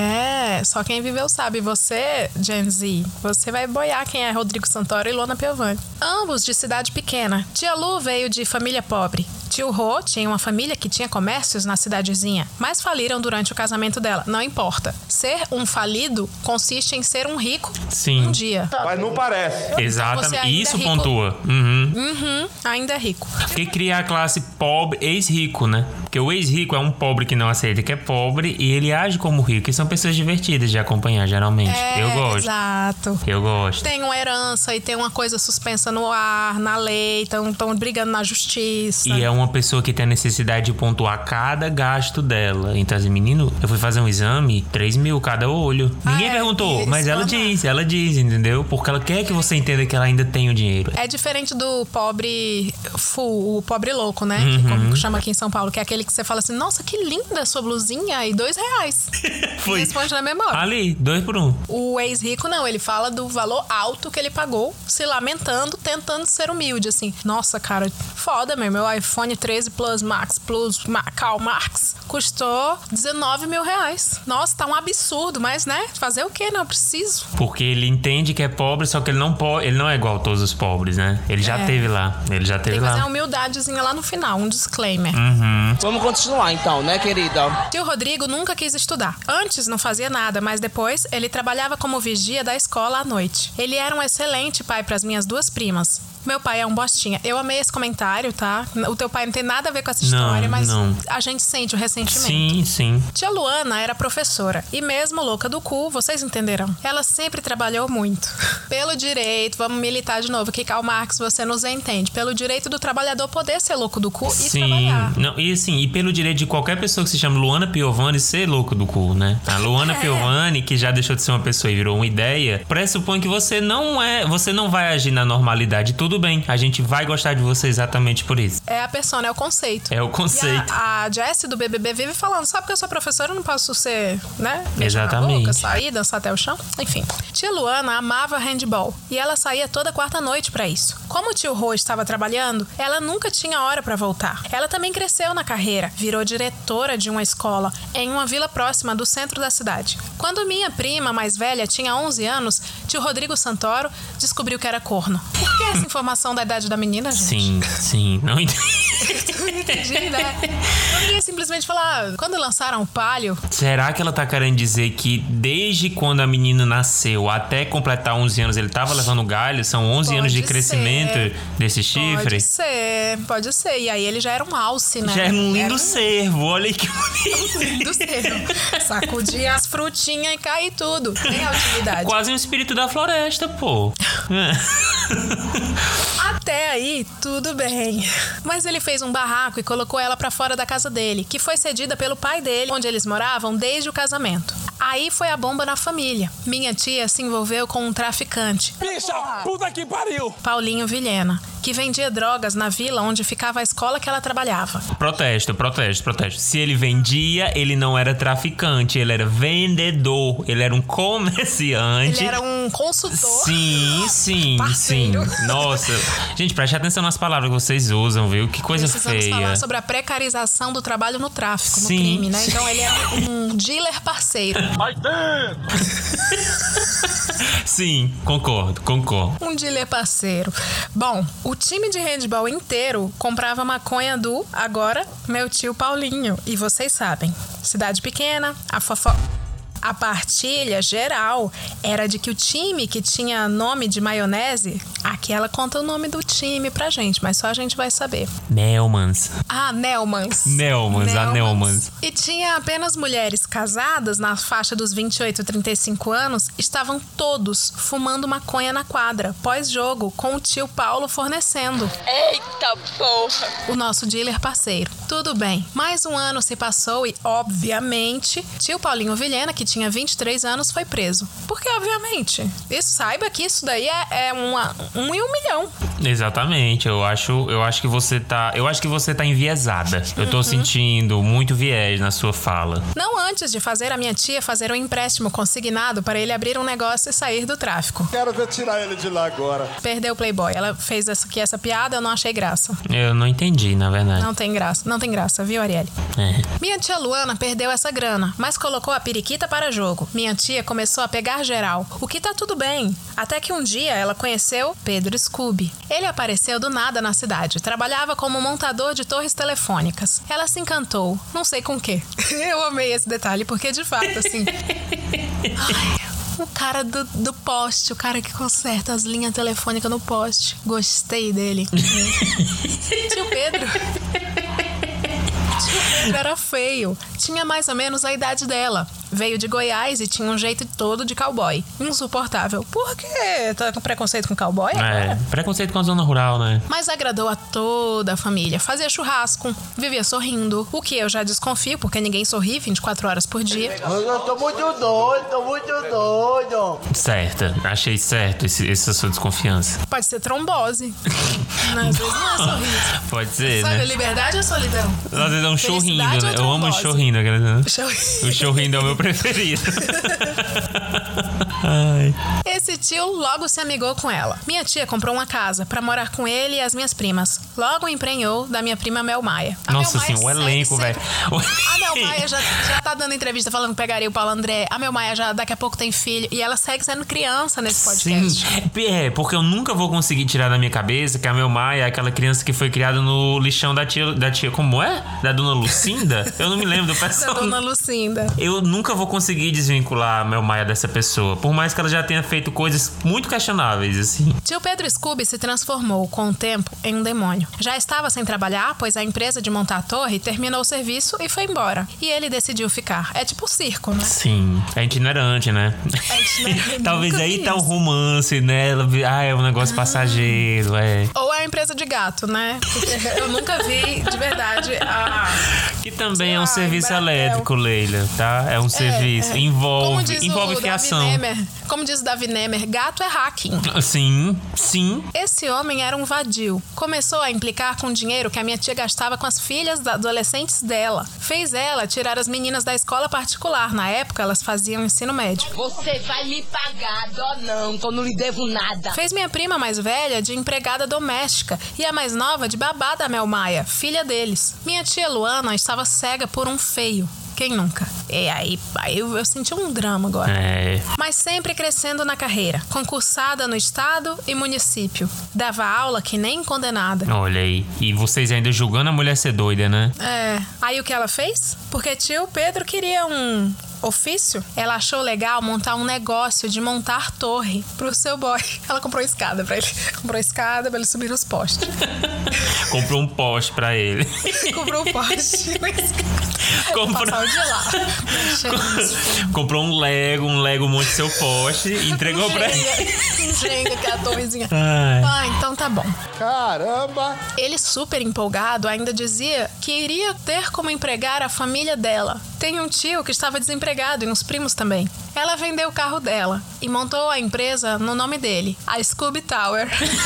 Só quem viveu sabe. Você, Gen Z, você vai boiar quem é Rodrigo Santoro e Luana Piovani. Ambos de cidade pequena. Tia Lu veio de família pobre. Tio Rô tinha uma família que tinha comércios na cidadezinha, mas faliram durante o casamento dela. Não importa. Ser um falido consiste em ser um rico um dia. Mas não parece. Exatamente. Isso pontua. Ainda é rico. Porque cria a classe pobre, ex-rico, né? Porque o ex-rico é um pobre que não aceita que é pobre e ele age como rico. E são pessoas divertidas de acompanhar, geralmente. Eu gosto. Exato. Eu gosto. Tem uma herança e tem uma coisa suspensa no ar, na lei, estão brigando na justiça. E é uma pessoa que tem a necessidade de pontuar cada gasto dela. Então, assim, menino, eu fui fazer um exame, 3 mil cada olho. Ninguém perguntou, mas ela diz, entendeu? Porque ela quer que você entenda que ela ainda tem o dinheiro. É diferente do pobre o pobre louco, né? Que como chama aqui em São Paulo, que é aquele que você fala assim, nossa, que linda sua blusinha, e R$2. Foi. Responde na memória. Ali, 2 por 1. O ex-rico não, ele fala do valor alto que ele pagou, se lamentando, tentando ser humilde, assim. Nossa, cara, foda, meu iPhone 13 Plus Max Plus Karl Marx custou R$19 mil. Nossa, tá um absurdo, mas, né? Fazer o quê? Não, eu preciso. Porque ele entende que é pobre, só que ele não é igual a todos os pobres, né? Ele já teve lá. Tem que fazer uma humildadezinha lá no final, um disclaimer. Vamos continuar então, né, querida? Tio Rodrigo nunca quis estudar. Antes não fazia nada, mas depois ele trabalhava como vigia da escola à noite. Ele era um excelente pai para as minhas 2 primas. Meu pai é um bostinha. Eu amei esse comentário, tá? O teu pai não tem nada a ver com essa história, mas a gente sente o ressentimento. Sim, sim. Tia Luana era professora e mesmo louca do cu, vocês entenderão. Ela sempre trabalhou muito. Pelo direito, vamos militar de novo, que Karl Marx você nos entende. Pelo direito do trabalhador poder ser louco do cu e trabalhar. Não, e assim, e pelo direito de qualquer pessoa que se chama Luana Piovani ser louco do cu, né? A Luana Piovani, que já deixou de ser uma pessoa e virou uma ideia, pressupõe que você não vai agir na normalidade. Tudo bem, a gente vai gostar de você exatamente por isso. É a persona, é o conceito. É o conceito. E a Jessie do BBB vive falando, sabe que eu sou professora, eu não posso ser, né? Exatamente. Na boca, sair, dançar até o chão. Enfim. Tia Luana amava handball e ela saía toda quarta-noite pra isso. Como o tio Rô estava trabalhando, ela nunca tinha hora pra voltar. Ela também cresceu na carreira, virou diretora de uma escola em uma vila próxima do centro da cidade. Quando minha prima mais velha tinha 11 anos, tio Rodrigo Santoro descobriu que era corno. Por que essa informação da idade da menina, gente? Sim. Não entendi. Não entendi, né? Eu queria simplesmente falar, quando lançaram o Palio... Será que ela tá querendo dizer que desde quando a menina nasceu até completar 11 anos ele tava levando galho? São 11 anos de crescimento desse chifre? Pode ser. E aí ele já era um alce, né? Já era um lindo cervo, olha aí que bonito. Um lindo cervo. Sacudia as frutinhas e cair tudo. Tem a utilidade. Quase um espírito da floresta, pô. Até aí, tudo bem. Mas ele fez um barraco e colocou ela pra fora da casa dele, que foi cedida pelo pai dele, onde eles moravam desde o casamento. Aí foi a bomba na família. Minha tia se envolveu com um traficante. Bicha, puta que pariu! Paulinho Vilhena, que vendia drogas na vila onde ficava a escola que ela trabalhava. Protesto. Se ele vendia, ele não era traficante, ele era vendedor, ele era um comerciante. Ele era um consultor. Sim. Nossa. Gente, preste atenção nas palavras que vocês usam, viu? Que coisa Precisamos feia. falar sobre a precarização do trabalho no tráfico, no crime, né? Então ele é um dealer parceiro. Vai dentro! Sim, concordo. Um dealer parceiro. Bom, o time de handball inteiro comprava maconha do, agora, meu tio Paulinho. E vocês sabem, cidade pequena, a partilha geral era de que o time que tinha nome de maionese, aqui ela conta o nome do time pra gente, mas só a gente vai saber. Nelmans. Ah, Nelmans. A Nelmans. E tinha apenas mulheres casadas na faixa dos 28 a 35 anos, estavam todos fumando maconha na quadra, pós-jogo, com o tio Paulo fornecendo. Eita porra! O nosso dealer parceiro. Tudo bem, mais um ano se passou e, obviamente, tio Paulinho Vilhena, que tinha 23 anos, foi preso. Porque, obviamente, saiba que isso daí é um em 1 milhão. Exatamente, eu acho que você tá enviesada. Eu tô sentindo muito viés na sua fala. Não antes de fazer a minha tia fazer um empréstimo consignado para ele abrir um negócio e sair do tráfico. Quero ver tirar ele de lá agora. Perdeu o Playboy. Ela fez essa piada, eu não achei graça. Eu não entendi, na verdade. Não tem graça, viu, Arielle? Minha tia Luana perdeu essa grana, mas colocou a periquita para jogo. Minha tia começou a pegar geral, o que tá tudo bem. Até que um dia ela conheceu Pedro Scooby. Ele apareceu do nada na cidade, trabalhava como montador de torres telefônicas. Ela se encantou, não sei com o quê. Eu amei esse detalhe, porque de fato, assim... O cara do poste, o cara que conserta as linhas telefônicas no poste. Gostei dele. Tio Pedro era feio. Tinha mais ou menos a idade dela. Veio de Goiás e tinha um jeito todo de cowboy. Insuportável. Por quê? Tá com preconceito com cowboy agora? Preconceito com a zona rural, né? Mas agradou a toda a família. Fazia churrasco, vivia sorrindo. O que eu já desconfio, porque ninguém sorri 24 horas por dia. Eu tô muito doido. Certa. Achei certo essa sua desconfiança. Pode ser trombose. Às vezes não é sorriso. Pode ser, Sabe, né? liberdade ou solidão? Às vezes é um chorrindo, né? Eu amo o chorrindo. O chorrindo é o meu preferido. Ai. Esse tio logo se amigou com ela. Minha tia comprou uma casa pra morar com ele e as minhas primas. Logo emprenhou da minha prima Mel Maia. Nossa, assim, o elenco, velho. A Mel Maia já tá dando entrevista falando que pegaria o Paulo André. A Mel Maia já daqui a pouco tem filho. E ela segue sendo criança nesse podcast. Sim, porque eu nunca vou conseguir tirar da minha cabeça que a Mel Maia é aquela criança que foi criada no lixão da tia como é? Da Dona Lucinda? Eu não me lembro do personagem. Da Dona Lucinda. Eu nunca nunca vou conseguir desvincular a Mel Maia dessa pessoa, por mais que ela já tenha feito coisas muito questionáveis, assim. Tio Pedro Scooby se transformou, com o tempo, em um demônio. Já estava sem trabalhar, pois a empresa de montar a torre terminou o serviço e foi embora. E ele decidiu ficar. É tipo circo, né? Sim, é itinerante, né? Talvez aí tá um romance, né? É um negócio passageiro, Ou é a empresa de gato, né? Porque eu nunca vi, de verdade, que também é um serviço elétrico, Leila, tá? É um serviço. Envolve fiação. Como diz o Davi Nemer, gato é hacking. Sim. Esse homem era um vadio. Começou a implicar com o dinheiro que a minha tia gastava com as filhas adolescentes dela. Fez ela tirar as meninas da escola particular. Na época, elas faziam ensino médio. Você vai me pagar, dó não, que eu não lhe devo nada. Fez minha prima mais velha de empregada doméstica e a mais nova de babá da Mel Maia, filha deles. Minha tia Luana estava cega por um feio. Quem nunca? E aí eu senti um drama agora. Mas sempre crescendo na carreira. Concursada no estado e município. Dava aula que nem condenada. Olha aí. E vocês ainda julgando a mulher ser doida, né? Aí o que ela fez? Porque tio Pedro queria um ofício, ela achou legal montar um negócio de montar torre pro seu boy. Ela comprou escada pra ele. Comprou escada pra ele subir nos postes. Comprou um poste pra ele. Comprou um poste na escada. De lá. Comprou um Lego monte seu poste e entregou pra ele. Engenga, que é a torrezinha. Então tá bom. Caramba! Ele, super empolgado, ainda dizia que iria ter como empregar a família dela. Tem um tio que estava desempregado e uns primos também. Ela vendeu o carro dela e montou a empresa no nome dele, a Scooby Tower.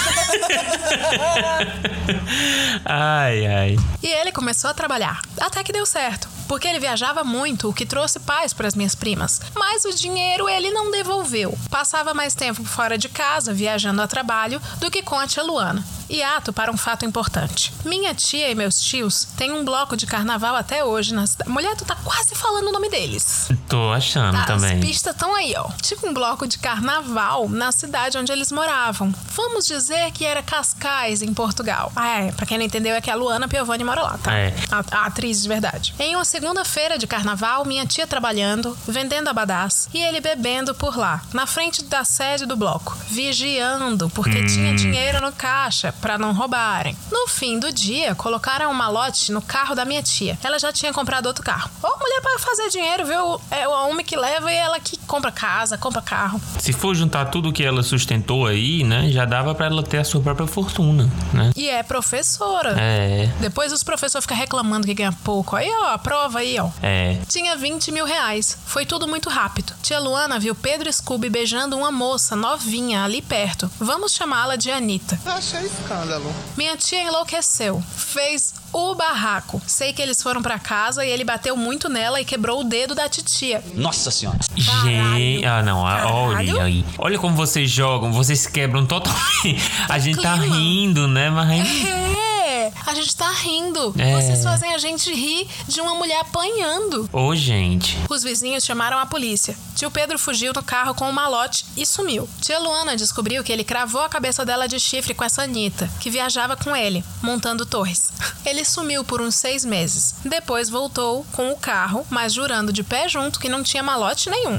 Ai. E ele começou a trabalhar. Até que deu certo, porque ele viajava muito, o que trouxe paz para as minhas primas. Mas o dinheiro ele não devolveu. Passava mais tempo fora de casa, viajando a trabalho, do que com a tia Luana. E ato para um fato importante. Minha tia e meus tios têm um bloco de carnaval até hoje na cidade. Mulher, tu tá quase falando o nome deles. Tô achando também. As pistas estão aí, ó. Tipo um bloco de carnaval na cidade onde eles moravam. Vamos dizer que era Cascais, em Portugal. Pra quem não entendeu, é que a Luana Piovani mora lá, tá? A atriz de verdade. Em uma segunda-feira de carnaval, minha tia trabalhando, vendendo abadás, e ele bebendo por lá, na frente da sede do bloco, vigiando, porque tinha dinheiro no caixa pra não roubarem. No fim do dia, colocaram um malote no carro da minha tia. Ela já tinha comprado outro carro. Mulher pra fazer dinheiro, viu? É o homem que leva e ela que compra casa, compra carro. Se for juntar tudo que ela sustentou aí, né, já dava pra ela ter a sua própria fortuna, né? E é professora. Depois os professores ficam reclamando que ganha pouco. Aí, ó, a prova aí, ó. Tinha 20 mil reais. Foi tudo muito rápido. Tia Luana viu Pedro Scooby beijando uma moça novinha ali perto. Vamos chamá-la de Anitta. Achei escândalo. Minha tia enlouqueceu. Fez o barraco. Sei que eles foram pra casa e ele bateu muito nela e quebrou o dedo da titia. Nossa senhora. Gente, olha aí. Olha como vocês jogam, vocês quebram totalmente. A gente tá rindo, né? Mas a gente tá rindo. Vocês fazem a gente rir de uma mulher apanhando. Gente. Os vizinhos chamaram a polícia. Tio Pedro fugiu no carro com o malote e sumiu. Tia Luana descobriu que ele cravou a cabeça dela de chifre com essa Anitta, que viajava com ele, montando torres. Ele sumiu por uns 6 meses. Depois voltou com o carro, mas jurando de pé junto que não tinha malote nenhum.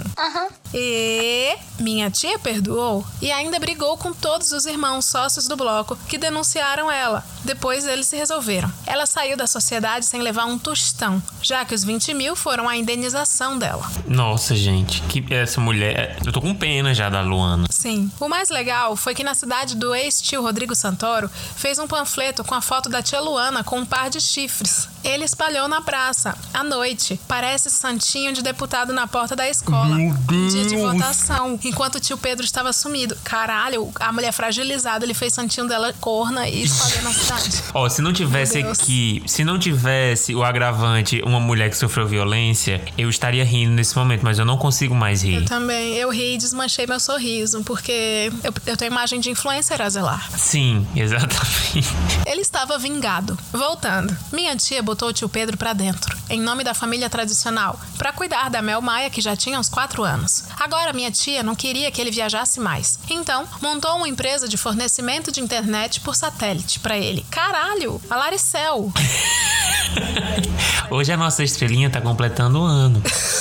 E minha tia perdoou e ainda brigou com todos os irmãos sócios do bloco que denunciaram ela. Depois eles se resolveram. Ela saiu da sociedade sem levar um tostão, já que os 20 mil foram a indenização dela. Nossa, gente, que essa mulher... Eu tô com pena já da Luana. Sim. O mais legal foi que na cidade do ex-tio Rodrigo Santoro fez um panfleto com a foto da tia Luana com um par de chifres. Ele espalhou na praça, à noite. Parece santinho de deputado na porta da escola. Dia de votação. Enquanto o tio Pedro estava sumido. Caralho, a mulher fragilizada, ele fez santinho dela corna e espalhou na cidade. Ó, se não tivesse aqui, se não tivesse o agravante, uma mulher que sofreu violência, eu estaria rindo nesse momento, mas eu não consigo mais rir. Eu também. Eu ri e desmanchei meu sorriso, porque eu tenho imagem de influencer a zelar. Sim, exatamente. Ele estava vingado. Voltando. Minha tia botou o tio Pedro pra dentro, em nome da família tradicional, pra cuidar da Mel Maia, que já tinha uns 4 anos. Agora minha tia não queria que ele viajasse mais. Então, montou uma empresa de fornecimento de internet por satélite pra ele. Caralho! A Laricel! Hoje a nossa estrelinha tá completando um ano.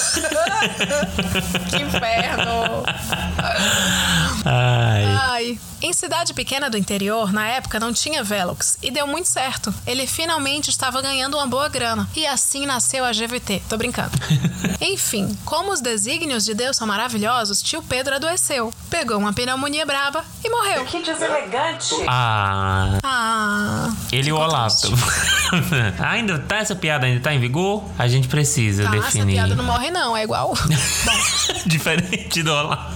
Que inferno! Ai. Em cidade pequena do interior, na época não tinha Velox e deu muito certo. Ele finalmente estava ganhando uma boa grana. E assim nasceu a GVT. Tô brincando. Enfim, como os desígnios de Deus são maravilhosos, tio Pedro adoeceu. Pegou uma pneumonia braba e morreu. Que deselegante. Ele e o Olavo. Ainda tá essa piada, ainda tá em vigor? A gente precisa definir. Essa piada não morre não, é igual. Diferente do Olavo.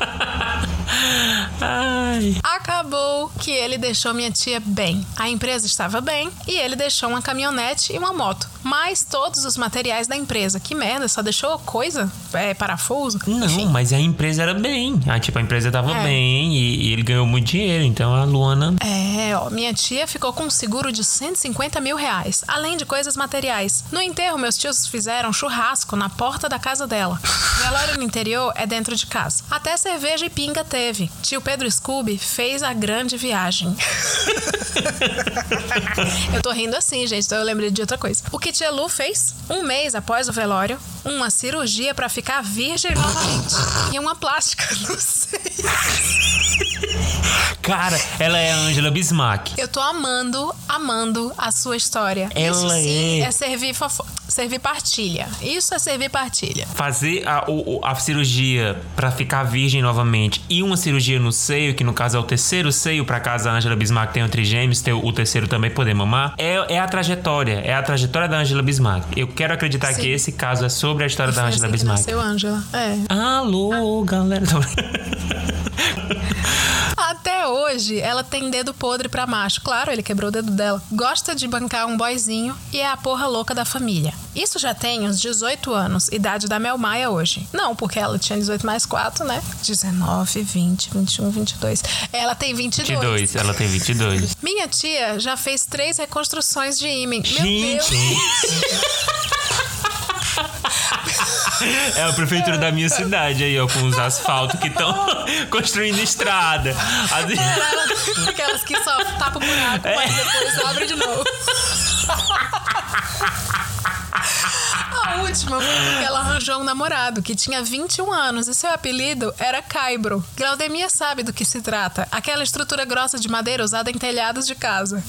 Ai. Acabou que ele deixou minha tia bem. A empresa estava bem e ele deixou uma caminhonete e uma moto. Mas todos os materiais da empresa. Que merda, só deixou coisa? Parafuso? Não, enfim. mas a empresa era bem. A empresa tava bem e ele ganhou muito dinheiro. Então a Luana... minha tia ficou com um seguro de 150 mil reais, além de coisas materiais. No enterro, meus tios fizeram churrasco na porta da casa dela. Velório no interior é dentro de casa. Até cerveja e pinga teve. Tio Pedro Scooby fez a grande viagem. Eu tô rindo assim, gente, então eu lembrei de outra coisa. O que tia Lu fez? Um mês após o velório, uma cirurgia pra ficar virgem novamente. E uma plástica, não sei. Cara, ela é a Angela Bismarck. Eu tô amando a sua história. Ela Isso sim é servir partilha. Isso é servir partilha. Fazer a cirurgia pra ficar virgem novamente e uma cirurgia no seio, que no caso é o terceiro seio, pra caso a Angela Bismarck tenha trigêmeos, ter o terceiro também poder mamar. É a trajetória da Angela Bismarck. Eu quero acreditar que esse caso é sobre a história da Angela Bismarck. Nasceu Angela. Alô, galera. Até hoje, ela tem dedo podre pra macho. Claro, ele quebrou o dedo dela. Gosta de bancar um boyzinho e é a porra louca da família. Isso já tem uns 18 anos, idade da Mel Maia hoje. Não, porque ela tinha 18 mais 4, né? 19, 20, 21, 22. Ela tem 22. Ela tem 22. Minha tia já fez 3 reconstruções de ímã. Meu Deus. É a prefeitura da minha cidade aí, ó, com os asfaltos que estão construindo estrada. Aquelas que só tapam o buraco, mas depois abre de novo. A última foi porque ela arranjou um namorado que tinha 21 anos e seu apelido era Caibro. Glaudemia sabe do que se trata. Aquela estrutura grossa de madeira usada em telhados de casa.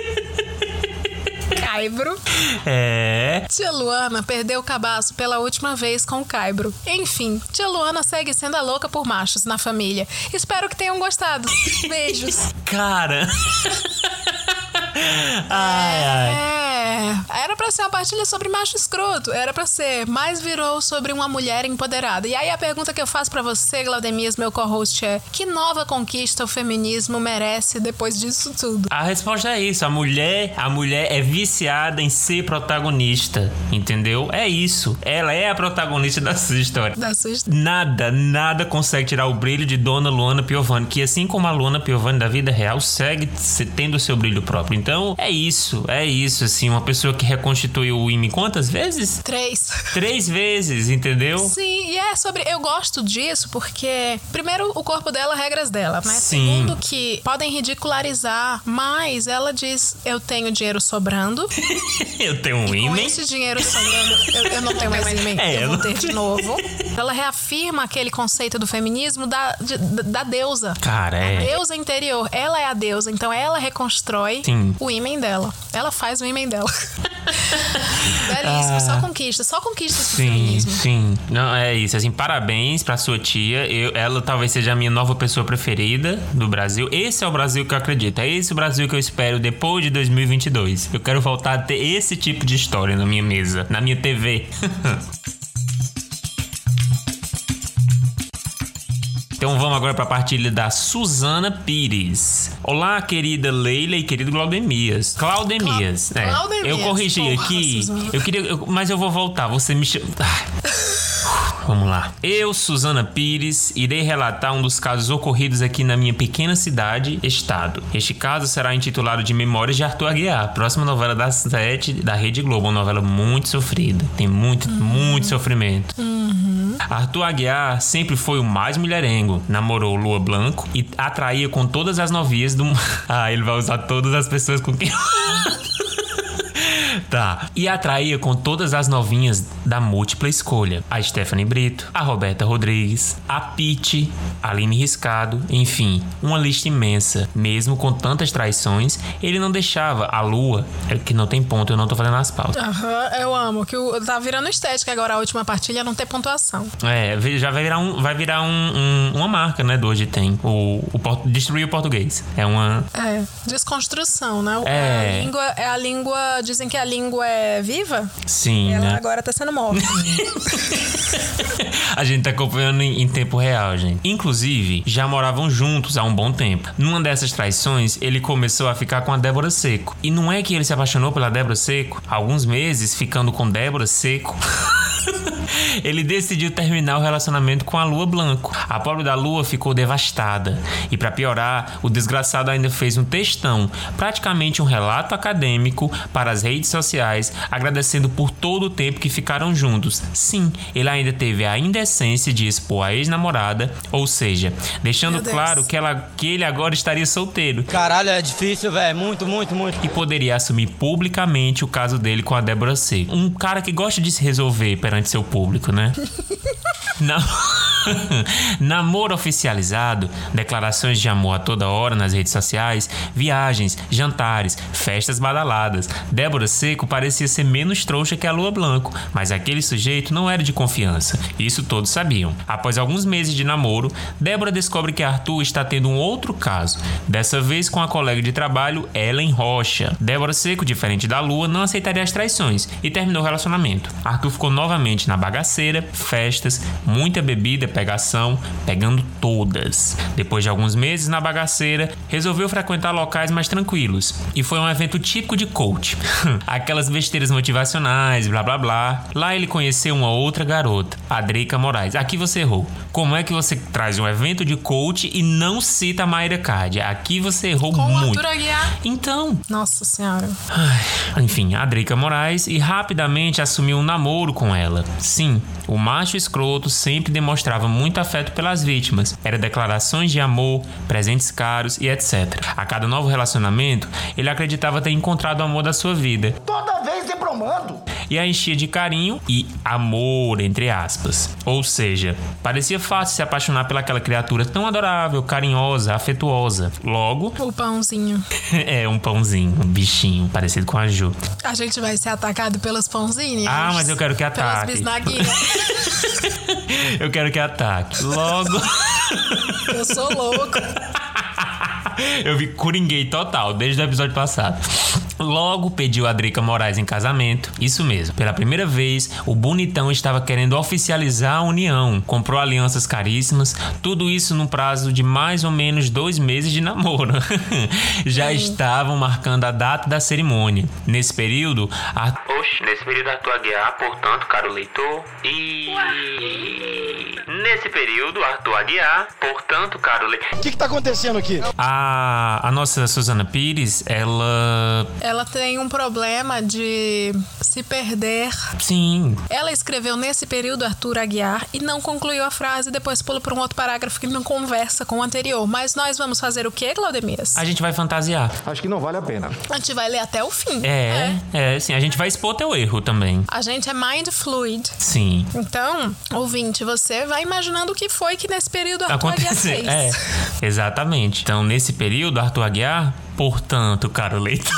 Caibro. Tia Luana perdeu o cabaço pela última vez com o Caibro. Enfim, tia Luana segue sendo a louca por machos na família. Espero que tenham gostado. Beijos. Cara. Era pra ser uma partilha sobre macho escroto. Era pra ser, mas virou sobre uma mulher empoderada. E aí a pergunta que eu faço pra você, Glaudemias, meu co-host, é: que nova conquista o feminismo merece depois disso tudo? A resposta é isso. A mulher é viciada em ser protagonista, entendeu? É isso. Ela é a protagonista da sua história. Nada consegue tirar o brilho de Dona Luana Piovani, que assim como a Luana Piovani da vida real, segue tendo o seu brilho próprio. Então, é isso, assim, uma pessoa que reconstituiu o IME quantas vezes? 3 vezes, entendeu? Sim, e é sobre... Eu gosto disso porque, primeiro, o corpo dela, regras dela, né? Sim. Segundo, que podem ridicularizar, mas ela diz: eu tenho dinheiro sobrando. Eu tenho um IME. Com esse dinheiro sobrando, eu não tenho mais IME, eu vou ter de novo. Ela reafirma aquele conceito do feminismo da deusa. Cara, A deusa interior, ela é a deusa, então ela reconstrói o ímã dela. Ela faz o ímã dela. Belíssimo, só conquistas pro feminismo. Sim, não, é isso, assim, parabéns pra sua tia. Ela talvez seja a minha nova pessoa preferida do Brasil. Esse é o Brasil que eu acredito, é esse o Brasil que eu espero depois de 2022. Eu quero voltar a ter esse tipo de história na minha mesa, na minha TV. Então vamos agora para a partilha da Suzana Pires. Olá, querida Leila e querido Glaudemias. Claudemias. Eu corrigi aqui. Mas eu vou voltar. Você me chama. Vamos lá. Eu, Suzana Pires, irei relatar um dos casos ocorridos aqui na minha pequena cidade, estado. Este caso será intitulado de Memórias de Arthur Aguiar, próxima novela das 7 da Rede Globo, uma novela muito sofrida. Tem muito sofrimento. Arthur Aguiar sempre foi o mais mulherengo. Namorou Lua Blanco e atraía com todas as novias do... ele vai usar todas as pessoas com quem... Tá. E atraía com todas as novinhas da múltipla escolha. A Stephanie Brito, a Roberta Rodrigues, a Pitty, a Aline Riscado, enfim, uma lista imensa. Mesmo com tantas traições, ele não deixava a Lua, que não tem ponto, eu não tô fazendo as pautas. Eu amo, que tá virando estética agora a última partilha, não ter pontuação. Já vai virar uma marca, né, do Hoje Tem. Destruir o português. É uma... desconstrução, né? A língua, dizem que a língua é viva. Sim, ela né? agora tá sendo morta. A gente tá acompanhando em tempo real, gente. Inclusive, já moravam juntos há um bom tempo. Numa dessas traições, ele começou a ficar com a Débora Seco. E não é que ele se apaixonou pela Débora Seco? Alguns meses ficando com Débora Seco... Ele decidiu terminar o relacionamento com a Lua Blanco. A pobre da Lua ficou devastada. E pra piorar, o desgraçado ainda fez um textão, praticamente um relato acadêmico para as redes sociais, agradecendo por todo o tempo que ficaram juntos. Sim, ele ainda teve a indecência de expor a ex-namorada, ou seja, deixando claro que ele agora estaria solteiro. Caralho, é difícil, velho. Muito. E poderia assumir publicamente o caso dele com a Débora Seco. Um cara que gosta de se resolver perante seu público, né? Namoro oficializado, declarações de amor a toda hora nas redes sociais, viagens, jantares, festas badaladas. Débora Seco parecia ser menos trouxa que a Lua Blanco, mas aquele sujeito não era de confiança. Isso todos sabiam. Após alguns meses de namoro, Débora descobre que Arthur está tendo um outro caso, dessa vez com a colega de trabalho Ellen Rocha. Débora Seco, diferente da Lua, não aceitaria as traições e terminou o relacionamento. Arthur ficou novamente na bagaceira, festas, muita bebida, pegação, pegando todas. Depois de alguns meses na bagaceira, resolveu frequentar locais mais tranquilos. E foi um evento típico de coach. Aquelas besteiras motivacionais, blá blá blá. Lá ele conheceu uma outra garota, a Drica Moraes. Aqui você errou. Como é que você traz um evento de coach e não cita a Mayra Card? Aqui você errou com muito. Arthur Aguiar. Então. Nossa senhora. Enfim, a Drica Moraes e rapidamente assumiu um namoro com ela. Sim, o macho escroto sempre demonstrava muito afeto pelas vítimas. Era declarações de amor, presentes caros e etc. A cada novo relacionamento, ele acreditava ter encontrado o amor da sua vida. Toda vez depromando. E a enchia de carinho e amor, entre aspas. Ou seja, parecia fácil se apaixonar pelaquela criatura tão adorável, carinhosa, afetuosa. Logo... O pãozinho. Um pãozinho, um bichinho, parecido com a Ju. A gente vai ser atacado pelos pãozinhos? Mas eu quero que ataque. Pelas bisnaguinhas. Eu quero que ataque. Logo... Eu sou louco. Eu vi coringuei total, desde o episódio passado. Logo pediu a Drica Moraes em casamento. Isso mesmo, pela primeira vez, o bonitão estava querendo oficializar a união. Comprou alianças caríssimas, tudo isso num prazo de mais ou menos 2 meses de namoro. Já estavam marcando a data da cerimônia. Nesse período, Arthur Aguiar, portanto, caro leitor, Nesse período, Arthur Aguiar, portanto, caro leitor... O que tá acontecendo aqui? A nossa Suzana Pires, ela tem um problema de se perder. Sim. Ela escreveu nesse período Arthur Aguiar e não concluiu a frase, depois pula para um outro parágrafo que não conversa com o anterior. Mas nós vamos fazer o quê, Claudemias? A gente vai fantasiar. Acho que não vale a pena. A gente vai ler até o fim. Sim. A gente vai expor teu erro também. A gente é mind fluid. Sim. Então, ouvinte, você vai imaginando o que foi que nesse período Arthur Aguiar fez. Exatamente. Então, nesse período, Arthur Aguiar, portanto, caro leitor...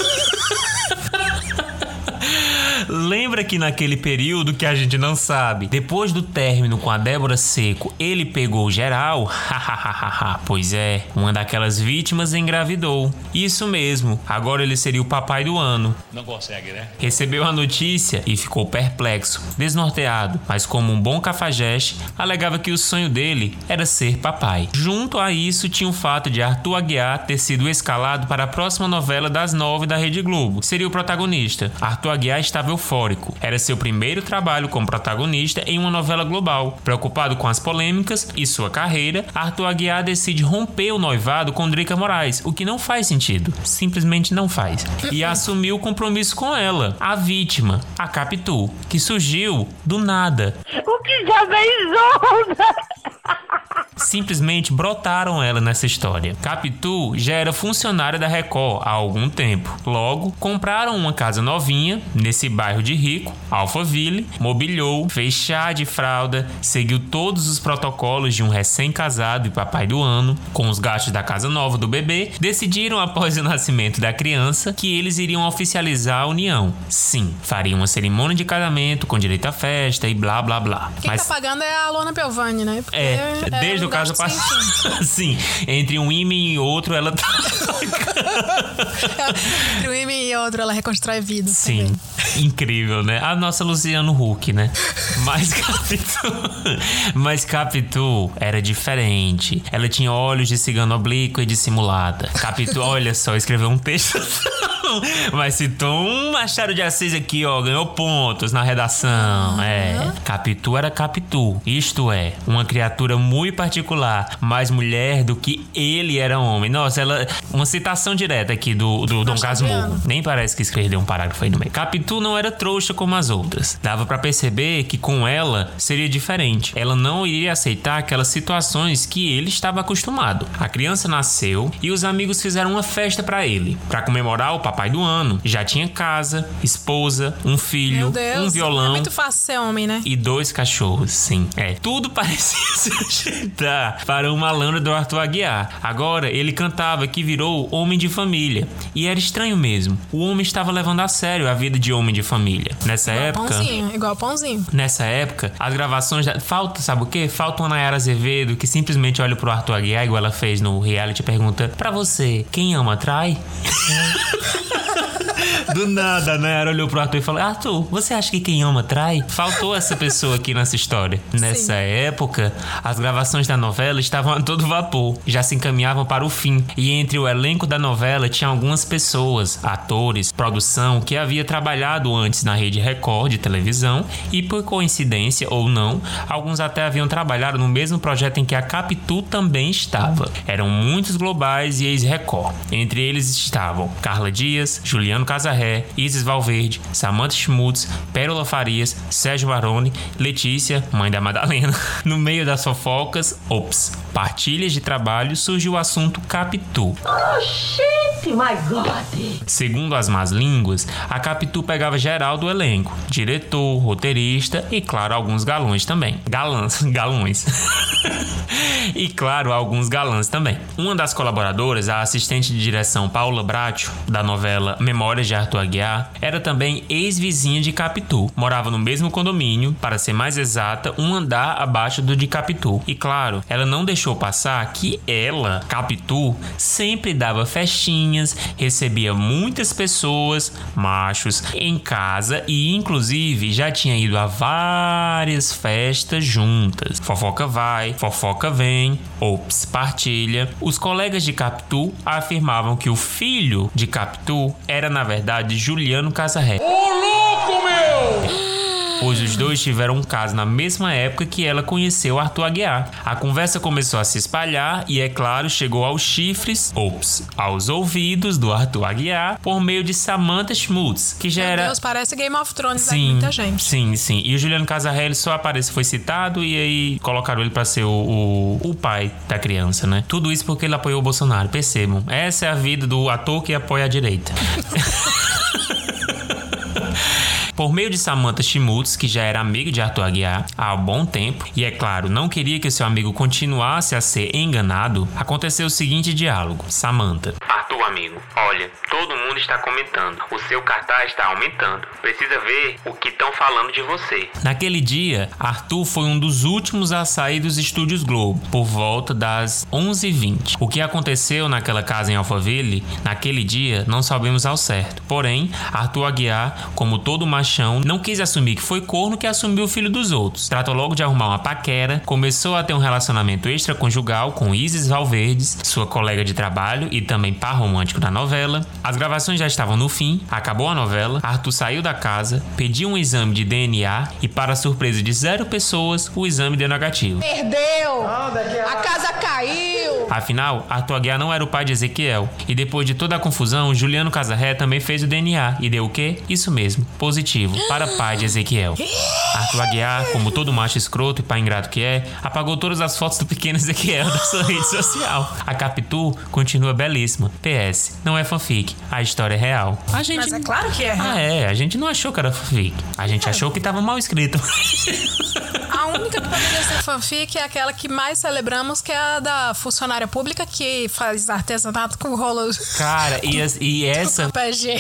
Lembra que naquele período que a gente não sabe, depois do término com a Débora Seco, ele pegou geral? Pois é, uma daquelas vítimas engravidou. Isso mesmo, agora ele seria o papai do ano. Não consegue, né? Recebeu a notícia e ficou perplexo, desnorteado, mas como um bom cafajeste, alegava que o sonho dele era ser papai. Junto a isso tinha o fato de Arthur Aguiar ter sido escalado para a próxima novela das 9 da Rede Globo. Seria o protagonista. Arthur Aguiar estava eufórico. Era seu primeiro trabalho como protagonista em uma novela global. Preocupado com as polêmicas e sua carreira, Arthur Aguiar decide romper o noivado com Drica Moraes, o que não faz sentido. Simplesmente não faz. E assumiu o compromisso com ela, a vítima, a Capitu, que surgiu do nada. O que já fez onda? simplesmente brotaram ela nessa história. Capitu já era funcionária da Record há algum tempo. Logo, compraram uma casa novinha, nesse bairro de rico, Alphaville, mobiliou, fez chá de fralda, seguiu todos os protocolos de um recém-casado e papai do ano, com os gastos da casa nova do bebê, decidiram após o nascimento da criança que eles iriam oficializar a união. Sim, fariam uma cerimônia de casamento com direito à festa e blá blá blá. Quem tá pagando é a Luana Piovani, né? Porque desde o caso passado. Sim, entre um ímã e outro ela tá entre um ímã e outro ela reconstrói vida. Sim, também. Incrível, né? A nossa Luciano Huck, né? Mas Capitu era diferente. Ela tinha olhos de cigana oblíqua e dissimulada. Capitu, olha só, escreveu um texto. Mas citou um Machado de Assis aqui, ó, ganhou pontos na redação. Capitu era Capitu, isto é, uma criatura muito particular, mais mulher do que ele era homem. Nossa, uma citação direta aqui do Dom Casmurro. Nem parece que escreveu um parágrafo aí no meio. Capitu não era trouxa como as outras. Dava pra perceber que com ela seria diferente. Ela não iria aceitar aquelas situações que ele estava acostumado. A criança nasceu e os amigos fizeram uma festa pra ele, pra comemorar o papai do ano. Já tinha casa, esposa, um filho, meu Deus, um violão. É muito fácil ser homem, né? E 2 cachorros, sim. Tudo parecia se ajeitar para um malandro do Arthur Aguiar. Agora, ele cantava que virou homem de família. E era estranho mesmo. O homem estava levando a sério a vida de homem de família. Nessa época... Igual pãozinho. Nessa época, as gravações... Falta, sabe o quê? Falta uma Nayara Azevedo que simplesmente olha pro Arthur Aguiar, igual ela fez no reality, e pergunta: pra você, quem ama trai? Do nada, a Nayara olhou pro Arthur e falou: Arthur, você acha que quem ama trai? Faltou essa pessoa aqui nessa história. Nessa época, as gravações da novela estavam a todo vapor, já se encaminhavam para o fim. E entre o elenco da novela tinha algumas pessoas, atores, produção, que havia trabalhado antes na Rede Record de televisão e, por coincidência ou não, alguns até haviam trabalhado no mesmo projeto em que a Capitu também estava. Eram muitos globais e ex-Record. Entre eles estavam Carla Dias, Juliano Casarré, Isis Valverde, Samantha Schmutz, Pérola Farias, Sérgio Baroni, Letícia, mãe da Madalena. No meio das fofocas, partilhas de trabalho, surgiu o assunto Capitu. Oh, shit, my God! Segundo as más línguas, a Capitu pegava geral do elenco, diretor, roteirista e, claro, alguns galões também. Galões. E, claro, alguns galãs também. Uma das colaboradoras, a assistente de direção Paula Bracho, da novela Memórias de Arthur Aguiar, era também ex-vizinha de Capitu. Morava no mesmo condomínio, para ser mais exata, um andar abaixo do de Capitu. E, claro, ela não deixou passar que ela, Capitu, sempre dava festinhas, recebia muitas pessoas, machos, em casa e, inclusive, já tinha ido a várias festas juntas. Fofoca vai, fofoca vem, partilha. Os colegas de Capitu afirmavam que o filho de Capitu era, na verdade, Juliano Casarré. Ô, louco, meu! Pois os dois tiveram um caso na mesma época que ela conheceu Arthur Aguiar. A conversa começou a se espalhar e, é claro, chegou aos chifres, aos ouvidos do Arthur Aguiar por meio de Samantha Schmutz, que já era... Meu Deus, parece Game of Thrones, aí muita gente. Sim. E o Juliano Casarré, ele só foi citado e aí colocaram ele pra ser o pai da criança, né? Tudo isso porque ele apoiou o Bolsonaro, percebam. Essa é a vida do ator que apoia a direita. Por meio de Samantha Schmutz, que já era amiga de Arthur Aguiar há bom tempo, e é claro, não queria que seu amigo continuasse a ser enganado, aconteceu o seguinte diálogo. Samantha: Arthur, amigo, olha, todo mundo está comentando, o seu cartaz está aumentando, precisa ver o que estão falando de você. Naquele dia, Arthur foi um dos últimos a sair dos estúdios Globo, por volta das 11h20. O que aconteceu naquela casa em Alphaville, naquele dia, não sabemos ao certo. Porém, Arthur Aguiar, como todo machão, não quis assumir que foi corno que assumiu o filho dos outros. Tratou logo de arrumar uma paquera, começou a ter um relacionamento extraconjugal com Isis Valverdes, sua colega de trabalho e também par romântica romântico da novela. As gravações já estavam no fim, acabou a novela, Arthur saiu da casa, pediu um exame de DNA e, para a surpresa de 0 pessoas, o exame deu negativo. Perdeu! A casa caiu! Afinal, Arthur Aguiar não era o pai de Ezequiel. E depois de toda a confusão, Juliano Casarré também fez o DNA e deu o quê? Isso mesmo, positivo, para pai de Ezequiel. Arthur Aguiar, como todo macho escroto e pai ingrato que é, apagou todas as fotos do pequeno Ezequiel da sua rede social. A Capitu continua belíssima. PS, não é fanfic, a história é real. A gente... Mas é claro que é real. A gente não achou que era fanfic. A gente achou que tava mal escrito. A única que poderia ser fanfic é aquela que mais celebramos, que é a da funcionária pública que faz artesanato com rolos. Cara, e essa...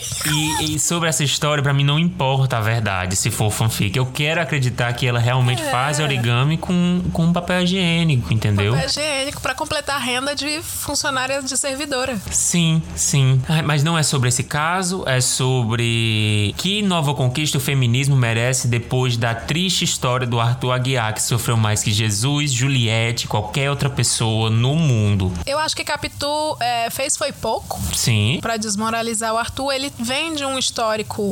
E sobre essa história, pra mim não importa a verdade, se for fanfic. Eu quero acreditar que ela realmente faz origami com papel higiênico, entendeu? Papel higiênico pra completar a renda de funcionária de servidora. Sim. Mas não é sobre esse caso, é sobre que nova conquista o feminismo merece depois da triste história do Arthur Aguiar, que sofreu mais que Jesus, Juliette, qualquer outra pessoa no mundo. Eu acho que Capitu foi pouco. Sim. Pra desmoralizar o Arthur. Ele vem de um histórico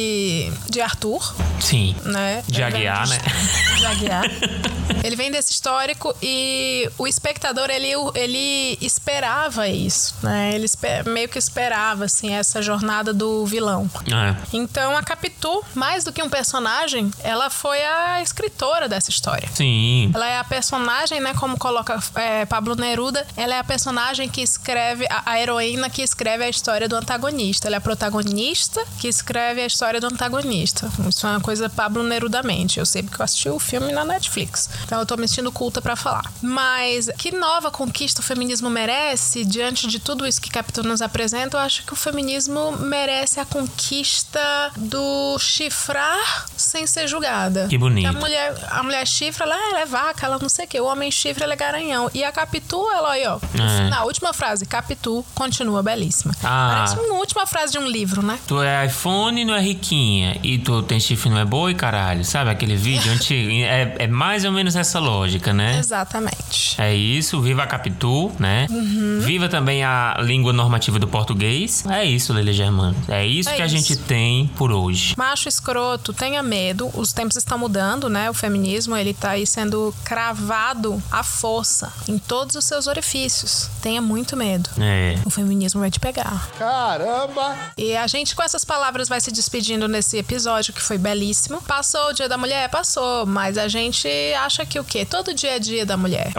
de Arthur. Sim. Né? De Aguiar, né? De Aguiar. Ele vem desse histórico e o espectador, ele esperava isso, né? Ele meio que esperava, assim, essa jornada do vilão. Então, a Capitu, mais do que um personagem, ela foi a escritora dessa história. Sim. Ela é a personagem, né? Como coloca Pablo Neruda, ela é a personagem que escreve, a heroína que escreve a história do antagonista. Ela é a protagonista que escreve a história do antagonista. Isso é uma coisa Pablo Nerudamente. Eu sei porque eu assisti o filme na Netflix. Então eu tô me sentindo culta pra falar. Mas que nova conquista o feminismo merece? Diante de tudo isso que Capitu nos apresenta, eu acho que o feminismo merece a conquista do chifrar sem ser julgada. Que bonito. A mulher chifra, ela é vaca, ela não sei o que. O homem chifra, ela é garanhão. E a Capitu, ela aí, ó. Na última frase, Capitu continua belíssima. Parece uma última frase de um livro, né? Tu é iPhone, não é riquinha. E tu tem chifre, não é boi, caralho. Sabe aquele vídeo antigo? É mais ou menos essa lógica, né? Exatamente. É isso, viva a Capitu, né? Viva também a língua normativa do português. É isso, Leila Germano. É isso que a gente tem por hoje. Macho escroto, tenha medo. Os tempos estão mudando, né? O feminismo, ele tá aí sendo cravado à força em todos os seus orifícios. Tenha muito medo. O feminismo vai te pegar. Caramba! E a gente, com essas palavras, vai se despedindo nesse episódio, que foi belíssimo. Passou o Dia da Mulher? Passou. Mas a gente acha que o quê? Todo dia é Dia da Mulher.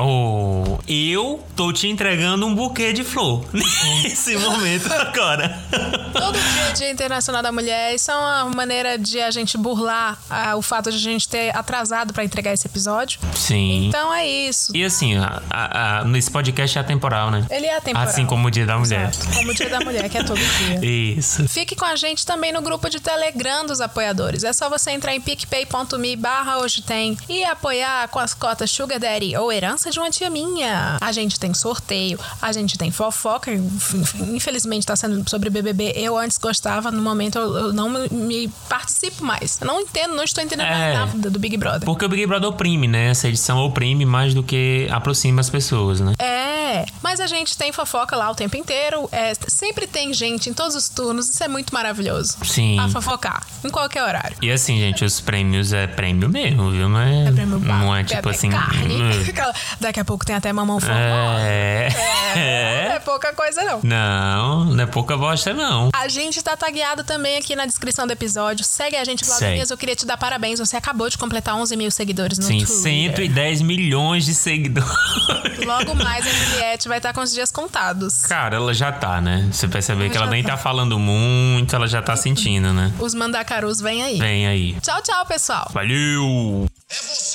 Eu tô te entregando um buquê de flor nesse momento agora. Todo dia é Dia Internacional da Mulher. Isso é uma maneira de a gente burlar o fato de a gente ter atrasado pra entregar esse episódio. Sim. Então é isso. E assim, nesse podcast é atemporal, né? Ele é atemporal. Assim como o Dia da Mulher. Exato. Como o Dia da Mulher, que é todo dia. Isso. Fique com a gente também no grupo de Telegram dos apoiadores. É só você entrar em picpay.me/hoje-tem e apoiar com as cotas Sugar Daddy ou Herança de uma Tia Minha. A gente tem sorteio, a gente tem fofoca. Infelizmente tá sendo sobre BBB. Eu antes gostava, no momento eu não me participo mais. Eu não estou entendendo mais nada do Big Brother. Porque o Big Brother oprime, né? Essa edição oprime mais do que aproxima as pessoas, né? Mas a gente tem fofoca lá o tempo inteiro. Sempre tem gente em todos os turnos. Isso é muito maravilhoso. Sim. A fofocar, em qualquer horário. E assim, gente, os prêmios é prêmio mesmo, viu? Não é prêmio baixo, não é tipo assim... Daqui a pouco tem até mamão formal. Não é pouca coisa, não. Não é pouca bosta, não. A gente tá tagueado também aqui na descrição do episódio. Segue a gente, Claudinhas. Eu queria te dar parabéns. Você acabou de completar 11 mil seguidores no Twitter. 110 milhões de seguidores. Logo mais a Juliette vai estar com os dias contados. Cara, ela já tá, né? Você percebe que ela nem tá falando muito, ela já tá sentindo, né? Os mandacarus vêm aí. Vem aí. Tchau, tchau, pessoal. Valeu! É você.